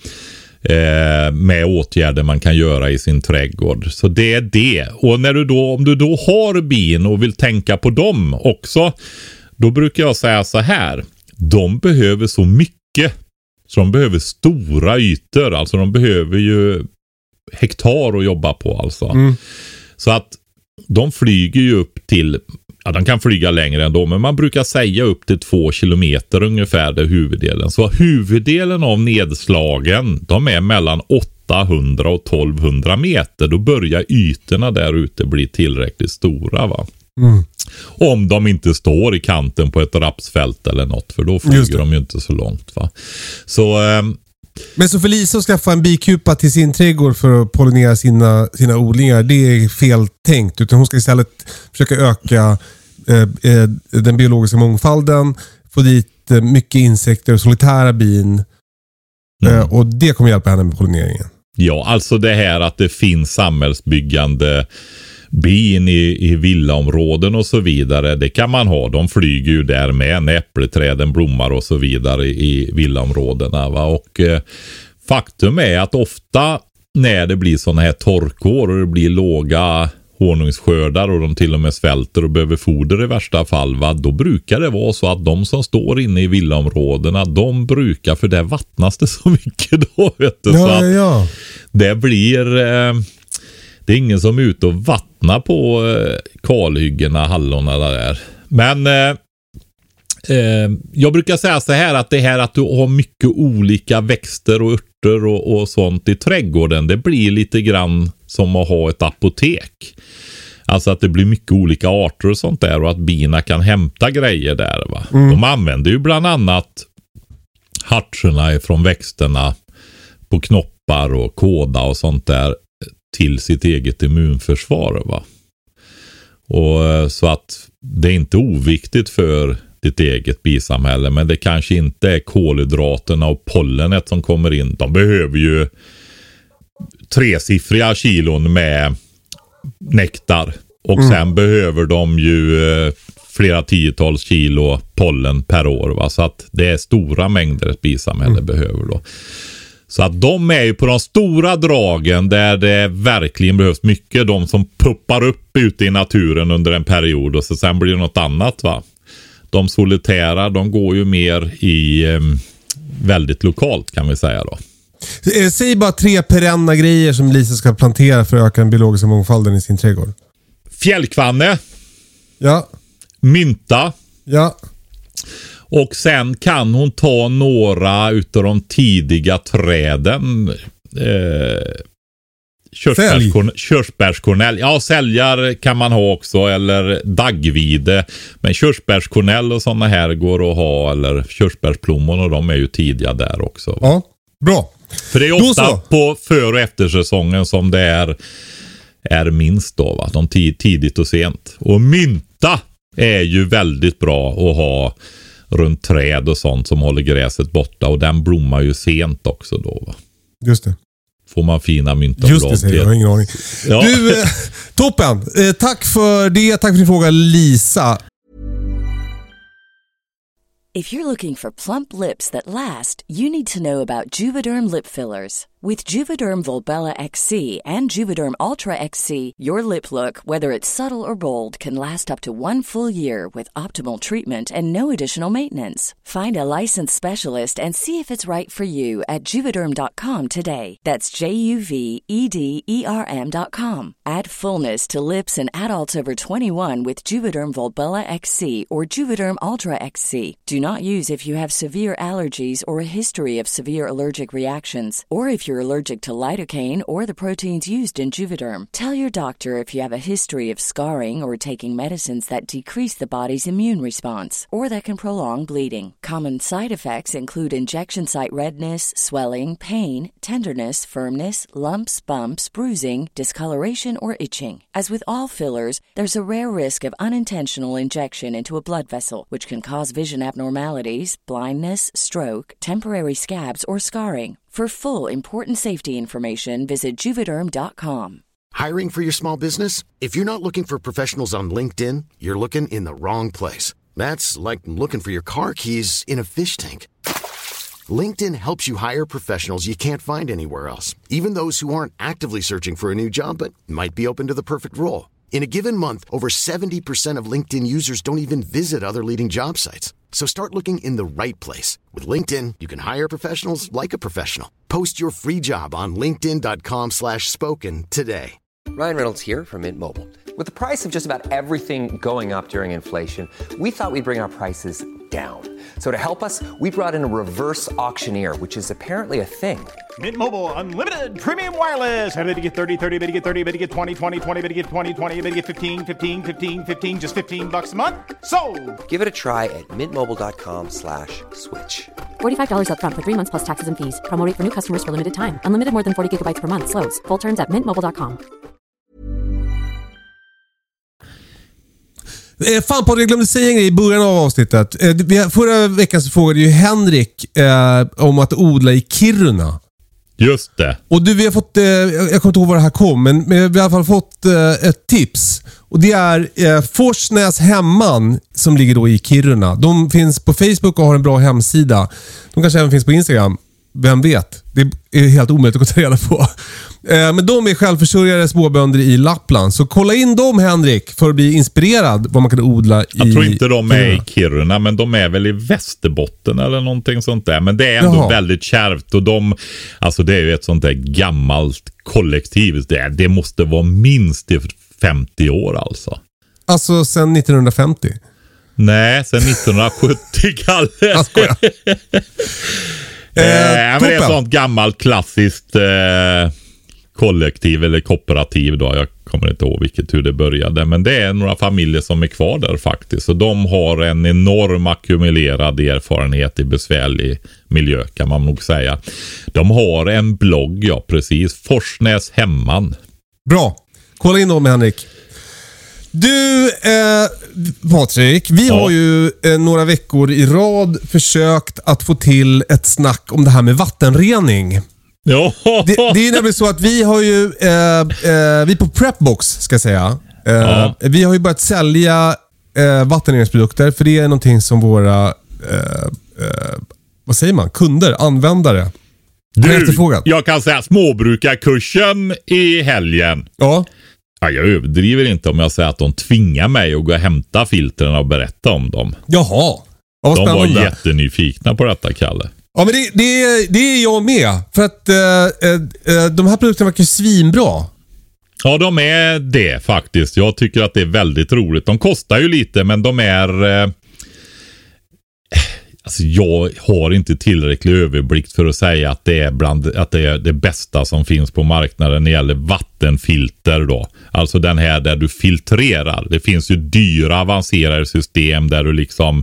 Eh, med åtgärder man kan göra i sin trädgård. Så det är det. Och när du då, om du då har bin och vill tänka på dem också, då brukar jag säga så här: de behöver så mycket, så de behöver stora ytor, alltså de behöver ju hektar att jobba på alltså. Mm. Så att de flyger ju upp till, ja, de kan flyga längre än då, men man brukar säga upp till två kilometer ungefär, där huvuddelen. Så huvuddelen av nedslagen, de är mellan åttahundra och tolvhundra meter. Då börjar ytorna där ute bli tillräckligt stora, va? Mm. Om de inte står i kanten på ett rapsfält eller något, för då flyger de ju inte så långt, va? Så eh,
men så för Lisa att skaffa en bikupa till sin trädgård för att pollinera sina, sina odlingar, det är fel tänkt. Utan hon ska istället försöka öka eh, eh, den biologiska mångfalden, få dit eh, mycket insekter och solitära bin. Mm. Eh, och det kommer hjälpa henne med pollineringen.
Ja, alltså det här att det finns samhällsbyggande bin i, i villaområden och så vidare, det kan man ha. De flyger ju där med när äppelträden blommar och så vidare i, i villaområdena, va? Och eh, faktum är att ofta när det blir sådana här torkår och det blir låga honungsskördar och de till och med svälter och behöver foder i värsta fall, va? Då brukar det vara så att de som står inne i villaområdena, de brukar, för det vattnas det så mycket då, vet du,
ja,
så att
ja, ja.
det blir eh, det är ingen som är ute och vattnar på eh, kalhyggena, hallonerna där. Men eh, eh, jag brukar säga så här att det här att du har mycket olika växter och örter och, och sånt i trädgården, det blir lite grann som att ha ett apotek. Alltså att det blir mycket olika arter och sånt där och att bina kan hämta grejer där, va. Mm. De använder ju bland annat hartserna ifrån växterna på knoppar och kåda och sånt där till sitt eget immunförsvar, va. Och så att det är inte oviktigt för ditt eget bisamhälle, men det kanske inte är kolhydraterna och pollenet som kommer in. De behöver ju tresiffriga kilon med nektar och mm. sen behöver de ju eh, flera tiotals kilo pollen per år, va? Så att det är stora mängder ett bisamhälle mm. behöver då. Så att de är ju på de stora dragen där det verkligen behövs mycket, de som puppar upp ute i naturen under en period och så sen blir det något annat, va. De solitära, de går ju mer i eh, väldigt lokalt kan vi säga då.
Säg bara tre perenna grejer som Lisa ska plantera för att öka den biologiska mångfalden i sin trädgård.
Fjällkvanne.
Ja.
Mynta.
Ja.
Och sen kan hon ta några utav de tidiga träden. Eh, körsbärskorn, körsbärskornell. Ja, säljar kan man ha också. Eller daggvide. Men körsbärskornell och sådana här går att ha. Eller körsbärsplommon, och de är ju tidiga där också.
Ja, bra.
För det är ofta på för- och eftersäsongen som det är, är minst då, va? De t- tidigt och sent. Och mynta är ju väldigt bra att ha runt träd och sånt som håller gräset borta. Och den blommar ju sent också då, va?
Just det.
Får man fina mynta.
Just det, säger jag. Jag har ingen aning. Ja. Du, eh, toppen. Eh, tack för det. Tack för din fråga, Lisa.
If you're looking for plump lips that last, you need to know about Juvederm lip fillers. With Juvederm Volbella X C and Juvederm Ultra X C, your lip look, whether it's subtle or bold, can last up to one full year with optimal treatment and no additional maintenance. Find a licensed specialist and see if it's right for you at juvederm dot com today. That's J U V E D E R M dot com. Add fullness to lips in adults over twenty-one with Juvederm Volbella X C or Juvederm Ultra X C. Do not use if you have severe allergies or a history of severe allergic reactions, or if you're allergic to lidocaine or the proteins used in Juvederm. Tell your doctor if you have a history of scarring or taking medicines that decrease the body's immune response or that can prolong bleeding. Common side effects include injection site redness, swelling, pain, tenderness, firmness, lumps, bumps, bruising, discoloration, or itching. As with all fillers, there's a rare risk of unintentional injection into a blood vessel, which can cause vision abnormalities, blindness, stroke, temporary scabs, or scarring. For full, important safety information, visit Juvederm dot com.
Hiring for your small business? If you're not looking for professionals on LinkedIn, you're looking in the wrong place. That's like looking for your car keys in a fish tank. LinkedIn helps you hire professionals you can't find anywhere else, even those who aren't actively searching for a new job but might be open to the perfect role. In a given month, over seventy percent of LinkedIn users don't even visit other leading job sites. So start looking in the right place. With LinkedIn, you can hire professionals like a professional. Post your free job on linkedin dot com slash spoken today.
Ryan Reynolds here from Mint Mobile. With the price of just about everything going up during inflation, we thought we'd bring our prices down. So to help us, we brought in a reverse auctioneer, which is apparently a thing.
Mint Mobile Unlimited Premium Wireless. How to get thirty, thirty, how to get thirty, how to get twenty, twenty, twenty, how to get twenty, twenty, how to get fifteen, fifteen, fifteen, fifteen, just fifteen bucks a month? Sold!
Give it a try at mintmobile.com slash switch.
forty-five dollars up front for three months plus taxes and fees. Promo rate for new customers for limited time. Unlimited more than forty gigabytes per month. Slows full terms at mint mobile dot com.
Eh, fan på det, jag glömde säga en grej i början av avsnittet. Eh, vi, förra veckan så frågade ju Henrik eh, om att odla i Kiruna.
Just det.
Och du, vi har fått, eh, jag kommer inte ihåg var det här kom, men, men vi har i alla fall fått eh, ett tips. Och det är eh, Forsnäs Hemman som ligger då i Kiruna. De finns på Facebook och har en bra hemsida. De kanske även finns på Instagram. Vem vet? Det är helt omöjligt att ta reda på. Eh, men de är självförsörjare småbönder i Lappland. Så kolla in dem, Henrik, för att bli inspirerad vad man kan odla i
Jag tror inte de är
Kiruna.
i Kiruna, men de är väl i Västerbotten eller någonting sånt där. Men det är ändå
Jaha.
väldigt kärvt och de, alltså det är ju ett sånt där gammalt kollektiv. Det, det måste vara minst i femtio år alltså.
Alltså sedan nittonhundrafemtio.
Nej, sen nittonhundrasjuttio, Kalle.
Jag skojar.
Eh,
Eh,
men det är ett
toppen.
sånt gammalt klassiskt eh, kollektiv eller kooperativ då. Jag kommer inte ihåg vilket hur det började. Men det är några familjer som är kvar där faktiskt. Och de har en enorm ackumulerad erfarenhet i besvärlig miljö kan man nog säga. De har en blogg, ja precis. Forsnäs Hemman.
Bra. Kolla in dem, Henrik. Du, eh, Patrik, vi
Ja.
har ju eh, några veckor i rad försökt att få till ett snack om det här med vattenrening.
Ja.
Det, det är ju nämligen så att vi har ju, eh, eh, vi på Prepbox ska jag säga, eh,
Ja.
vi har ju börjat sälja eh, vattenreningsprodukter för det är någonting som våra, eh, eh, vad säger man, kunder, användare har
Du,
efterfrågat.
jag kan säga småbrukarkursen i helgen.
Ja.
Ja, jag överdriver inte om jag säger att de tvingar mig att gå och hämta filtren och berätta om dem.
Jaha. Ja, vad
De var
spännande.
jättenyfikna på detta, Kalle.
Ja, men det, det, är- det är jag med. För att eh, eh, de här produkterna verkar svinbra.
Ja, de är det faktiskt. Jag tycker att det är väldigt roligt. De kostar ju lite, men de är... Eh, alltså jag har inte tillräcklig överblick för att säga att det är bland att det är det bästa som finns på marknaden när det gäller vattenfilter då. Alltså den här där du filtrerar. Det finns ju dyra avancerade system där du liksom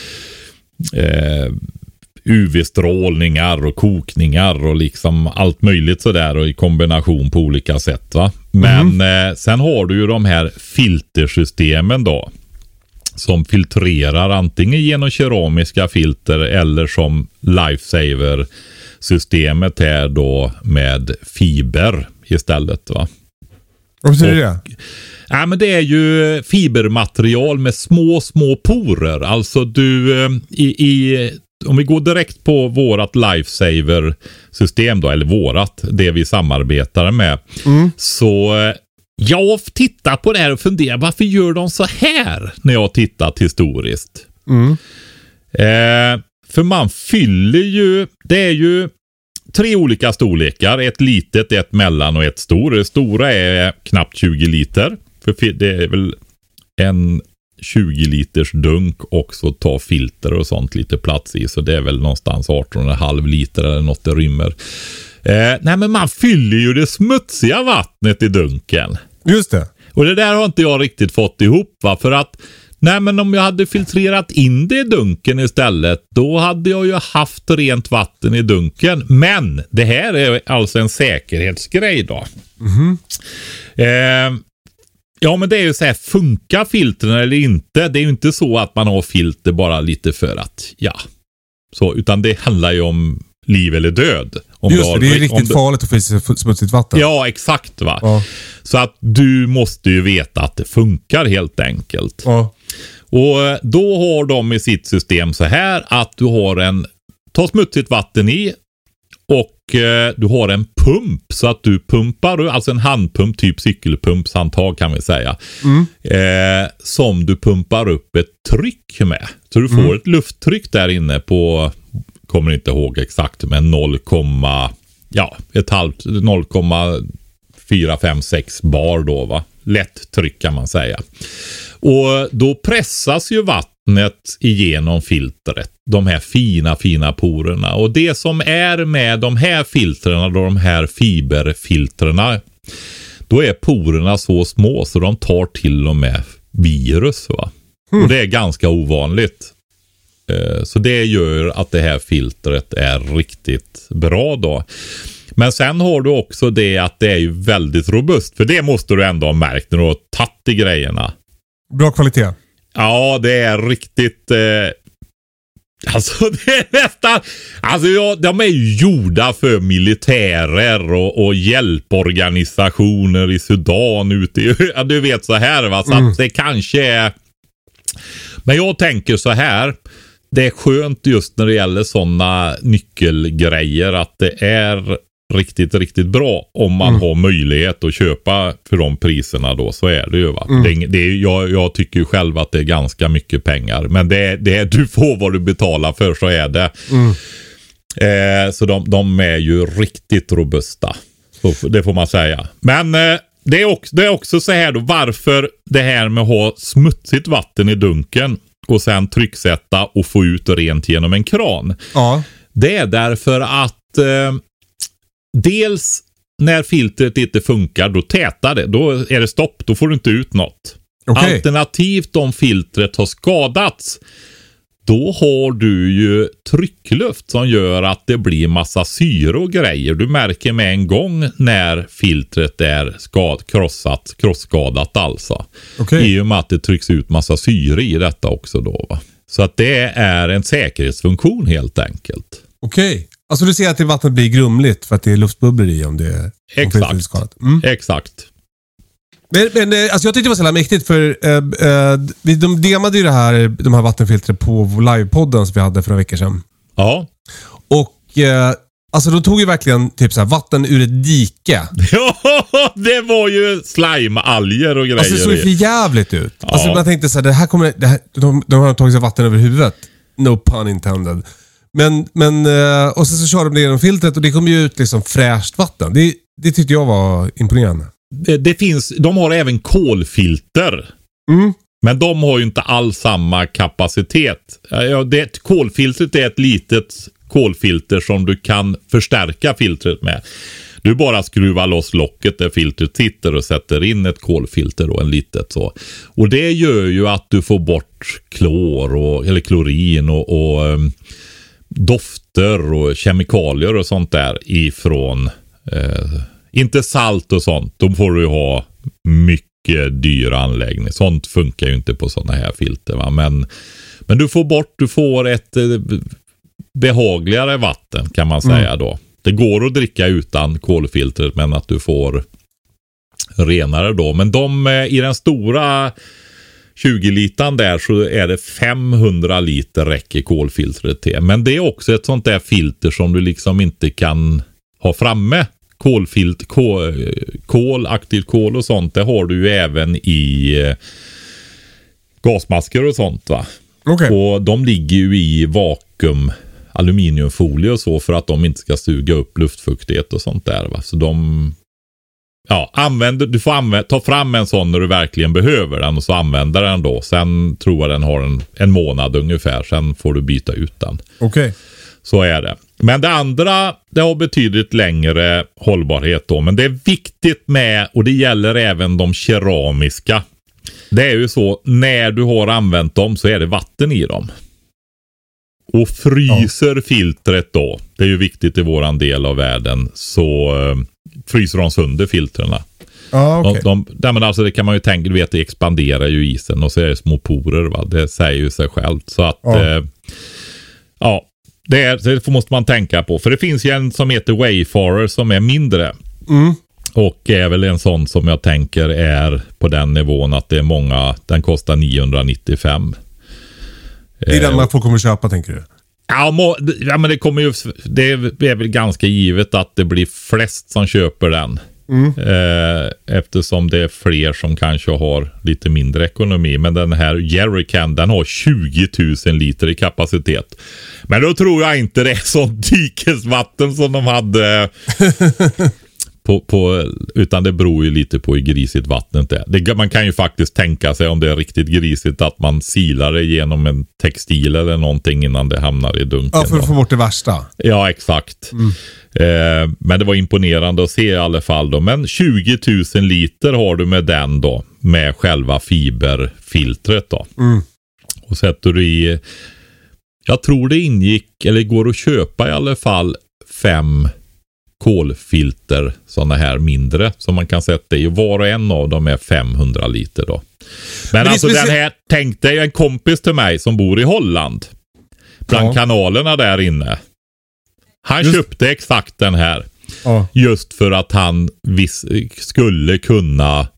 eh, U V-strålningar och kokningar och liksom allt möjligt sådär och i kombination på olika sätt va. Men eh, sen har du ju de här filtersystemen då som filtrerar antingen genom keramiska filter eller som Lifesaver systemet är då med fiber istället va.
Vad betyder
Och-
det?
Ja, men det är ju fibermaterial med små, små porer. Alltså du, eh, i, i, om vi går direkt på vårat Lifesaver-system då, eller vårat, det vi samarbetar med. Så eh, jag har tittat på det här och funderat, varför gör de så här när jag har tittat historiskt? Eh, för man fyller ju, det är ju tre olika storlekar. Ett litet, ett mellan och ett stor. Det stora är knappt tjugo liter. För det är väl en tjugo liters dunk och så tar filter och sånt lite plats i. Så det är väl någonstans arton komma fem liter eller något det rymmer. Eh, nej men man fyller ju det smutsiga vattnet i dunken.
Just det.
Och det där har inte jag riktigt fått ihop va. För att nej men om jag hade filtrerat in det i dunken istället, då hade jag ju haft rent vatten i dunken. Men det här är alltså en säkerhetsgrej då. Eh, ja men det är ju så här, funkar filtren eller inte? Det är ju inte så att man har filter bara lite för att, ja. Så, utan det handlar ju om liv eller död. Om
Just
du har-
det, det är
om
riktigt
du-
farligt att få i sig smutsigt vatten.
Ja, exakt va.
Ja.
Så att du måste ju veta att det funkar helt enkelt.
Ja.
Och då har de i sitt system så här att du har en, ta smutsigt vatten i och eh, du har en pump så att du pumpar, alltså en handpump, typ cykelpumpshandtag kan vi säga. Eh, som du pumpar upp ett tryck med. Så du får ett lufttryck där inne på, kommer inte ihåg exakt, men noll, ja, ett halvt, noll komma fyra fem sex bar då va. Lätt tryck kan man säga. Och då pressas ju vattnet igenom filtret. De här fina, fina porerna. Och det som är med de här filtrerna, då de här fiberfiltrerna, då är porerna så små så de tar till och med virus va. Och det är ganska ovanligt. Eh, Så det gör att det här filtret är riktigt bra då. Men sen har du också det att det är ju väldigt robust. För det måste du ändå ha märkt när du har tagit i grejerna.
Bra kvalitet.
Ja, det är riktigt... Eh, alltså, det är nästan... Alltså, ja, de är ju gjorda för militärer och, och hjälporganisationer i Sudan ute i... Ja, du vet så här, va? Så att det kanske är... Men jag tänker så här... Det är skönt just när det gäller sådana nyckelgrejer att det är riktigt, riktigt bra om man mm. har möjlighet att köpa för de priserna då, så är det ju va. Mm. Det, det är, jag, jag tycker ju själv att det är ganska mycket pengar, men det, det, du får vad du betalar för, så är det. Mm. Eh, så de, de är ju riktigt robusta, så det får man säga. Men eh, det, är också, det är också så här då, varför det här med att ha smutsigt vatten i dunken och sen trycksätta och få ut rent genom en kran. Ja. Det är därför att eh, dels när filtret inte funkar, då tätar det. Då är det stopp, då får du inte ut något. Okay. Alternativt om filtret har skadats, då har du ju tryckluft som gör att det blir massa syre och grejer. Du märker med en gång när filtret är skad, krossat, krossskadat alltså. Okay. I och med att det trycks ut massa syre i detta också då, va? Så att det är en säkerhetsfunktion helt enkelt.
Okej. Okay. Alltså du ser att det vattnet blir grumligt för att det är luftbubblor i om det är
exakt.
skadat. Mm.
Exakt.
Men, men alltså jag tyckte det var så jävla mäktigt för äh, äh, vi, de demade ju det här, de här vattenfiltren på livepodden som vi hade för några veckor sedan.
Ja.
Och äh, alltså de tog ju verkligen typ så här, vatten ur ett dike.
Ja, det var ju slime-alger och grejer.
Alltså det såg ju för jävligt ut. Ja. Alltså man tänkte så här, det här kommer, det här, de, de har tagit sig vatten över huvudet. No pun intended. Men, men äh, och sen så körde de det genom filtret och det kom ju ut liksom fräscht vatten. Det, det tyckte jag var imponerande.
Det, det finns, de har även kolfilter. Mm. Men de har ju inte alls samma kapacitet. Ja, det, kolfiltret är ett litet kolfilter som du kan förstärka filtret med. Du bara skruvar loss locket där filtret sitter och sätter in ett kolfilter och en litet så. Och det gör ju att du får bort klor och, eller klorin och, och um, dofter och kemikalier och sånt där ifrån eh, inte salt och sånt. Då får du ha mycket dyr anläggning. Sånt funkar ju inte på sådana här filter, va? Men, men du får bort, du får ett eh, behagligare vatten kan man säga mm. då. Det går att dricka utan kolfiltret, men att du får renare då. Men de i den stora tjugo litern där så är det femhundra liter räcker kolfiltret till. Men det är också ett sånt där filter som du liksom inte kan ha framme. Kolfilter, kol, kol, aktivt kol och sånt, det har du ju även i eh, gasmasker och sånt, va? Okay. Och de ligger ju i vakuum aluminiumfolie och så för att de inte ska suga upp luftfuktighet och sånt där, va? Så de ja, använder, du får använda, ta fram en sån när du verkligen behöver den och så använder den då. Sen tror jag den har en, en månad ungefär, sen får du byta ut den.
Okej. Okay.
Så är det. Men det andra, det har betydligt längre hållbarhet då. Men det är viktigt med, och det gäller även de keramiska. Det är ju så, när du har använt dem så är det vatten i dem. Och fryser ja. filtret då, det är ju viktigt i våran del av världen, så uh, fryser de sönder filtrerna.
Ja, okej. Okay.
De, de, men alltså det kan man ju tänka, du vet, det expanderar ju isen och så är det små porer, va? Det säger ju sig självt. Så att, ja. Uh, ja. Det, är, det måste man tänka på. För det finns ju en som heter Wayfarer som är mindre. Mm. Och är väl en sån som jag tänker är på den nivån att det är många, den kostar niohundranittiofem.
Det är den man får komma och köpa, tänker du?
Ja, må, ja men det kommer ju, det är väl ganska givet att det blir flest som köper den. Mm. Eh, eftersom det är fler som kanske har lite mindre ekonomi. Men den här Jerrycan, den har tjugo tusen liter i kapacitet. Men då tror jag inte det är sån dikesvatten som de hade på, på, utan det beror ju lite på hur grisigt vattnet är. Det, man kan ju faktiskt tänka sig, om det är riktigt grisigt, att man silar det genom en textil eller någonting innan det hamnar i dunken.
Ja, för att få bort det värsta.
Ja, exakt. Mm. Eh, men det var imponerande att se i alla fall då. Men tjugo tusen liter har du med den då, med själva fiberfiltret då. Mm. Och sätter du i, jag tror det ingick, eller går att köpa i alla fall fem kolfilter, sådana här mindre som man kan sätta i, och var och en av dem är femhundra liter då. Men, Men alltså den här, tänk dig en kompis till mig som bor i Holland, bland ja. kanalerna där inne. Han just köpte exakt den här. Ja. Just för att han viss, skulle kunna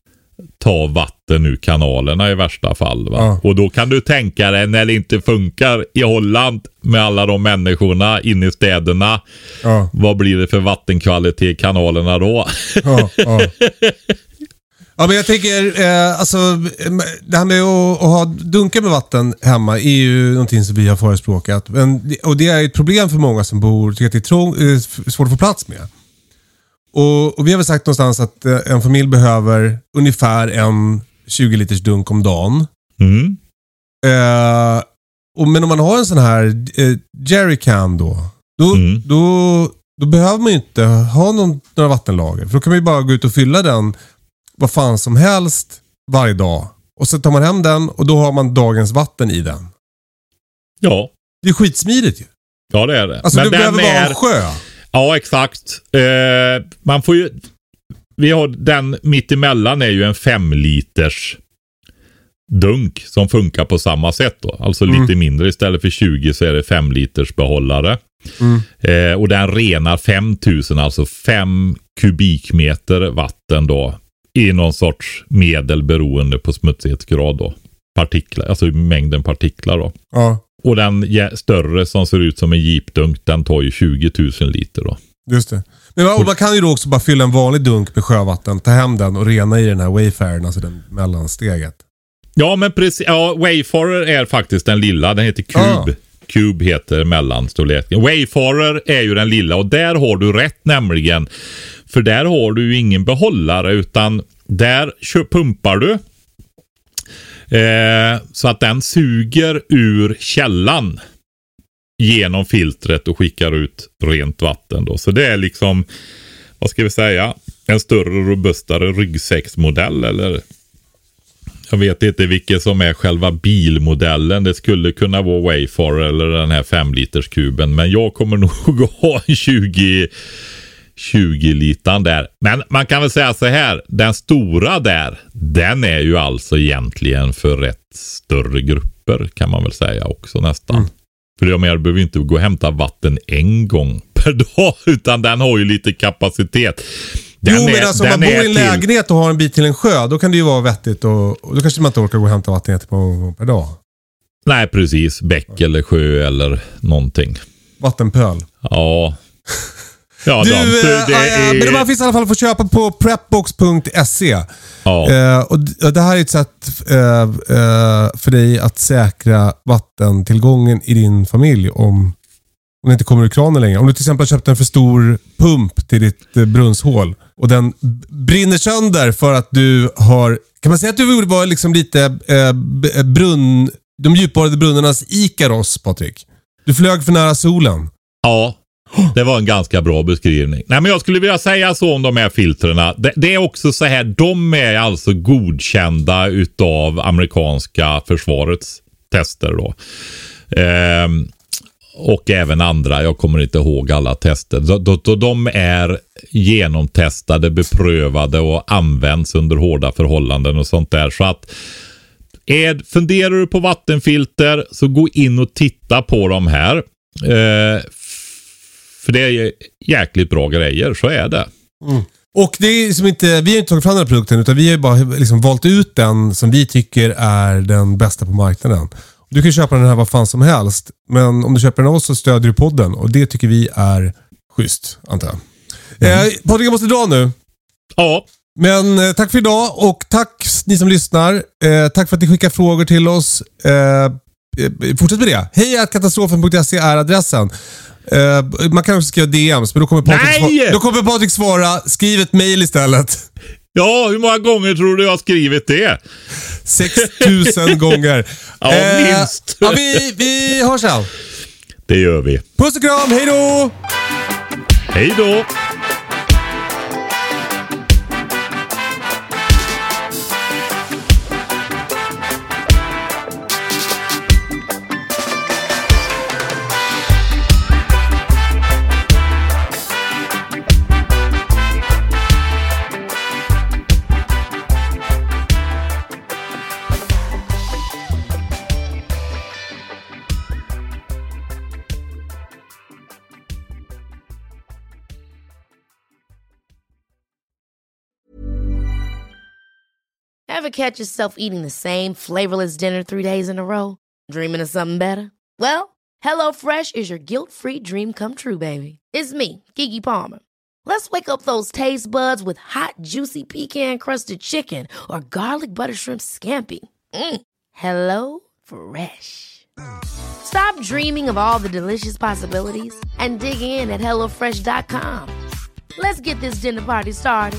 ta vatten ur kanalerna i värsta fall. Va?
Ja.
Och då kan du tänka dig när det inte funkar i Holland med alla de människorna inne i städerna.
Ja.
Vad blir det för vattenkvalitet i kanalerna då?
Ja, ja. Ja, men jag tänker, eh, alltså det här med att, att ha dunkar med vatten hemma är ju någonting som vi har förespråkat. Men, och det är ett problem för många som bor, tycker att det är trång, eh, svårt att få plats med. Och, och vi har väl sagt någonstans att eh, en familj behöver ungefär en tjugo liters dunk om dagen.
Mm.
Eh, och, men om man har en sån här eh, jerrycan då, då,
Mm.
då, då behöver man ju inte ha någon, några vattenlager. För då kan man ju bara gå ut och fylla den vad fan som helst varje dag. Och så tar man hem den och då har man dagens vatten i den.
Ja.
Det är skitsmidigt ju.
Ja, det är det.
Alltså
Men
du
den
behöver bara
är...
en sjö.
Ja, exakt. Eh, man får ju... Vi har den mittemellan är ju en fem liters dunk som funkar på samma sätt då. Alltså
Mm.
lite mindre. Istället för tjugo så är det fem liters behållare.
Mm.
Eh, och den renar fem tusen, alltså fem kubikmeter vatten då. I någon sorts medel beroende på smutsighetsgrad då. Partiklar, alltså mängden partiklar då.
Ja,
Och den jä- större som ser ut som en jeepdunk, den tar ju tjugo tusen liter då.
just det. Men man, och man kan ju då också bara fylla en vanlig dunk med sjövatten, ta hem den och rena i den här Wayfaren, alltså den mellansteget.
Ja, men precis. Ja, Wayfarer är faktiskt den lilla. Den heter Cube.
Ah.
Cube heter mellanstorleken. Wayfarer är ju den lilla och där har du rätt nämligen. För där har du ju ingen behållare utan där pumpar du. Eh, så att den suger ur källan genom filtret och skickar ut rent vatten då. Så det är liksom, vad ska vi säga, en större robustare ryggsäcksmodell eller... Jag vet inte vilket som är själva bilmodellen. Det skulle kunna vara Wayfarer eller den här fem liters kuben. Men jag kommer nog ha en tjugo, tjugo litan där. Men man kan väl säga så här. Den stora där, den är ju alltså egentligen för rätt större grupper kan man väl säga också nästan. Mm. För jag menar, du behöver inte gå och hämta vatten en gång per dag. Utan den har ju lite kapacitet. Den
jo, men
är,
alltså om man bor i en lägenhet och har en bit till en sjö, då kan det ju vara vettigt och, och då kanske man inte orkar gå och hämta vatten på per dag.
Nej, precis. Bäck eller sjö eller någonting.
Vattenpöl.
Ja. Ja,
du,
de,
äh,
det är...
men de här finns i alla fall att få köpa på prepbox punkt se.
Ja.
Eh, och det här är ett sätt eh, eh, för dig att säkra vattentillgången i din familj om om det inte kommer ur kranen längre. Om du till exempel har köpt en för stor pump till ditt eh, brunnshål och den brinner sönder för att du har... Kan man säga att du var liksom lite eh, brunn... De djupborrade brunnarnas Ikaros, Patrik? Du flög för nära solen.
Ja, det var en ganska bra beskrivning. Nej, men jag skulle vilja säga så om de här filtrerna. Det, det är också så här, de är alltså godkända utav amerikanska försvarets tester då. Ehm... Och även andra, jag kommer inte ihåg alla tester. De, de, de är genomtestade, beprövade och används under hårda förhållanden och sånt där. Så att är, funderar du på vattenfilter så gå in och titta på de här. Eh, för det är jäkligt bra grejer, så är det.
Mm. Och det är som inte, vi har inte tagit fram den här produkten utan vi har bara liksom valt ut den som vi tycker är den bästa på marknaden. Du kan köpa den här vad fan som helst. Men om du köper den av oss så stödjer du podden. Och det tycker vi är schysst, antar jag. Mm. Eh, Patrik, jag måste dra nu.
Ja.
Men eh, tack för idag. Och tack ni som lyssnar. Eh, tack för att ni skickar frågor till oss. Eh, eh, fortsätt med det. hej at katastrofen punkt se är adressen. Eh, man kan också skriva D M's. Men då kommer Patrik, svara, då kommer Patrik svara. Skriv ett mejl istället.
Ja, hur många gånger tror du jag har skrivit det?
sex tusen gånger.
Ja,
eh,
minst.
Ja, vi, vi hörs sen.
Det gör vi.
Puss och kram, hej då!
Hej då!
Ever catch yourself eating the same flavorless dinner three days in a row? Dreaming of something better? Well, HelloFresh is your guilt-free dream come true, baby. It's me, Keke Palmer. Let's wake up those taste buds with hot, juicy pecan-crusted chicken or garlic butter shrimp scampi. Mm. Hello Fresh. Stop dreaming of all the delicious possibilities and dig in at hello fresh dot com. Let's get this dinner party started.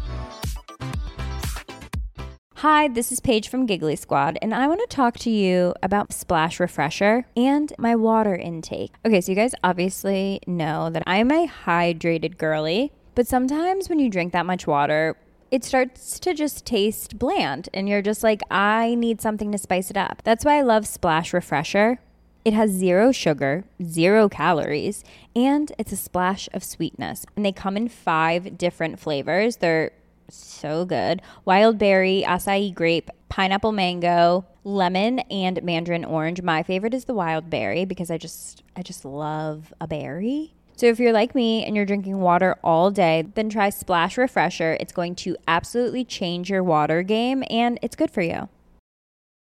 Hi, this is Paige from Giggly Squad, and I want to talk to you about Splash Refresher and my water intake. Okay, so you guys obviously know that I'm a hydrated girly, but sometimes when you drink that much water, it starts to just taste bland, and you're just like, I need something to spice it up. That's why I love Splash Refresher. It has zero sugar, zero calories, and it's a splash of sweetness. And they come in five different flavors. They're so good. Wild berry, acai grape, pineapple mango, lemon, and mandarin orange. My favorite is the wild berry because I just I just love a berry. So if you're like me and you're drinking water all day, then try Splash Refresher. It's going to absolutely change your water game, and it's good for you.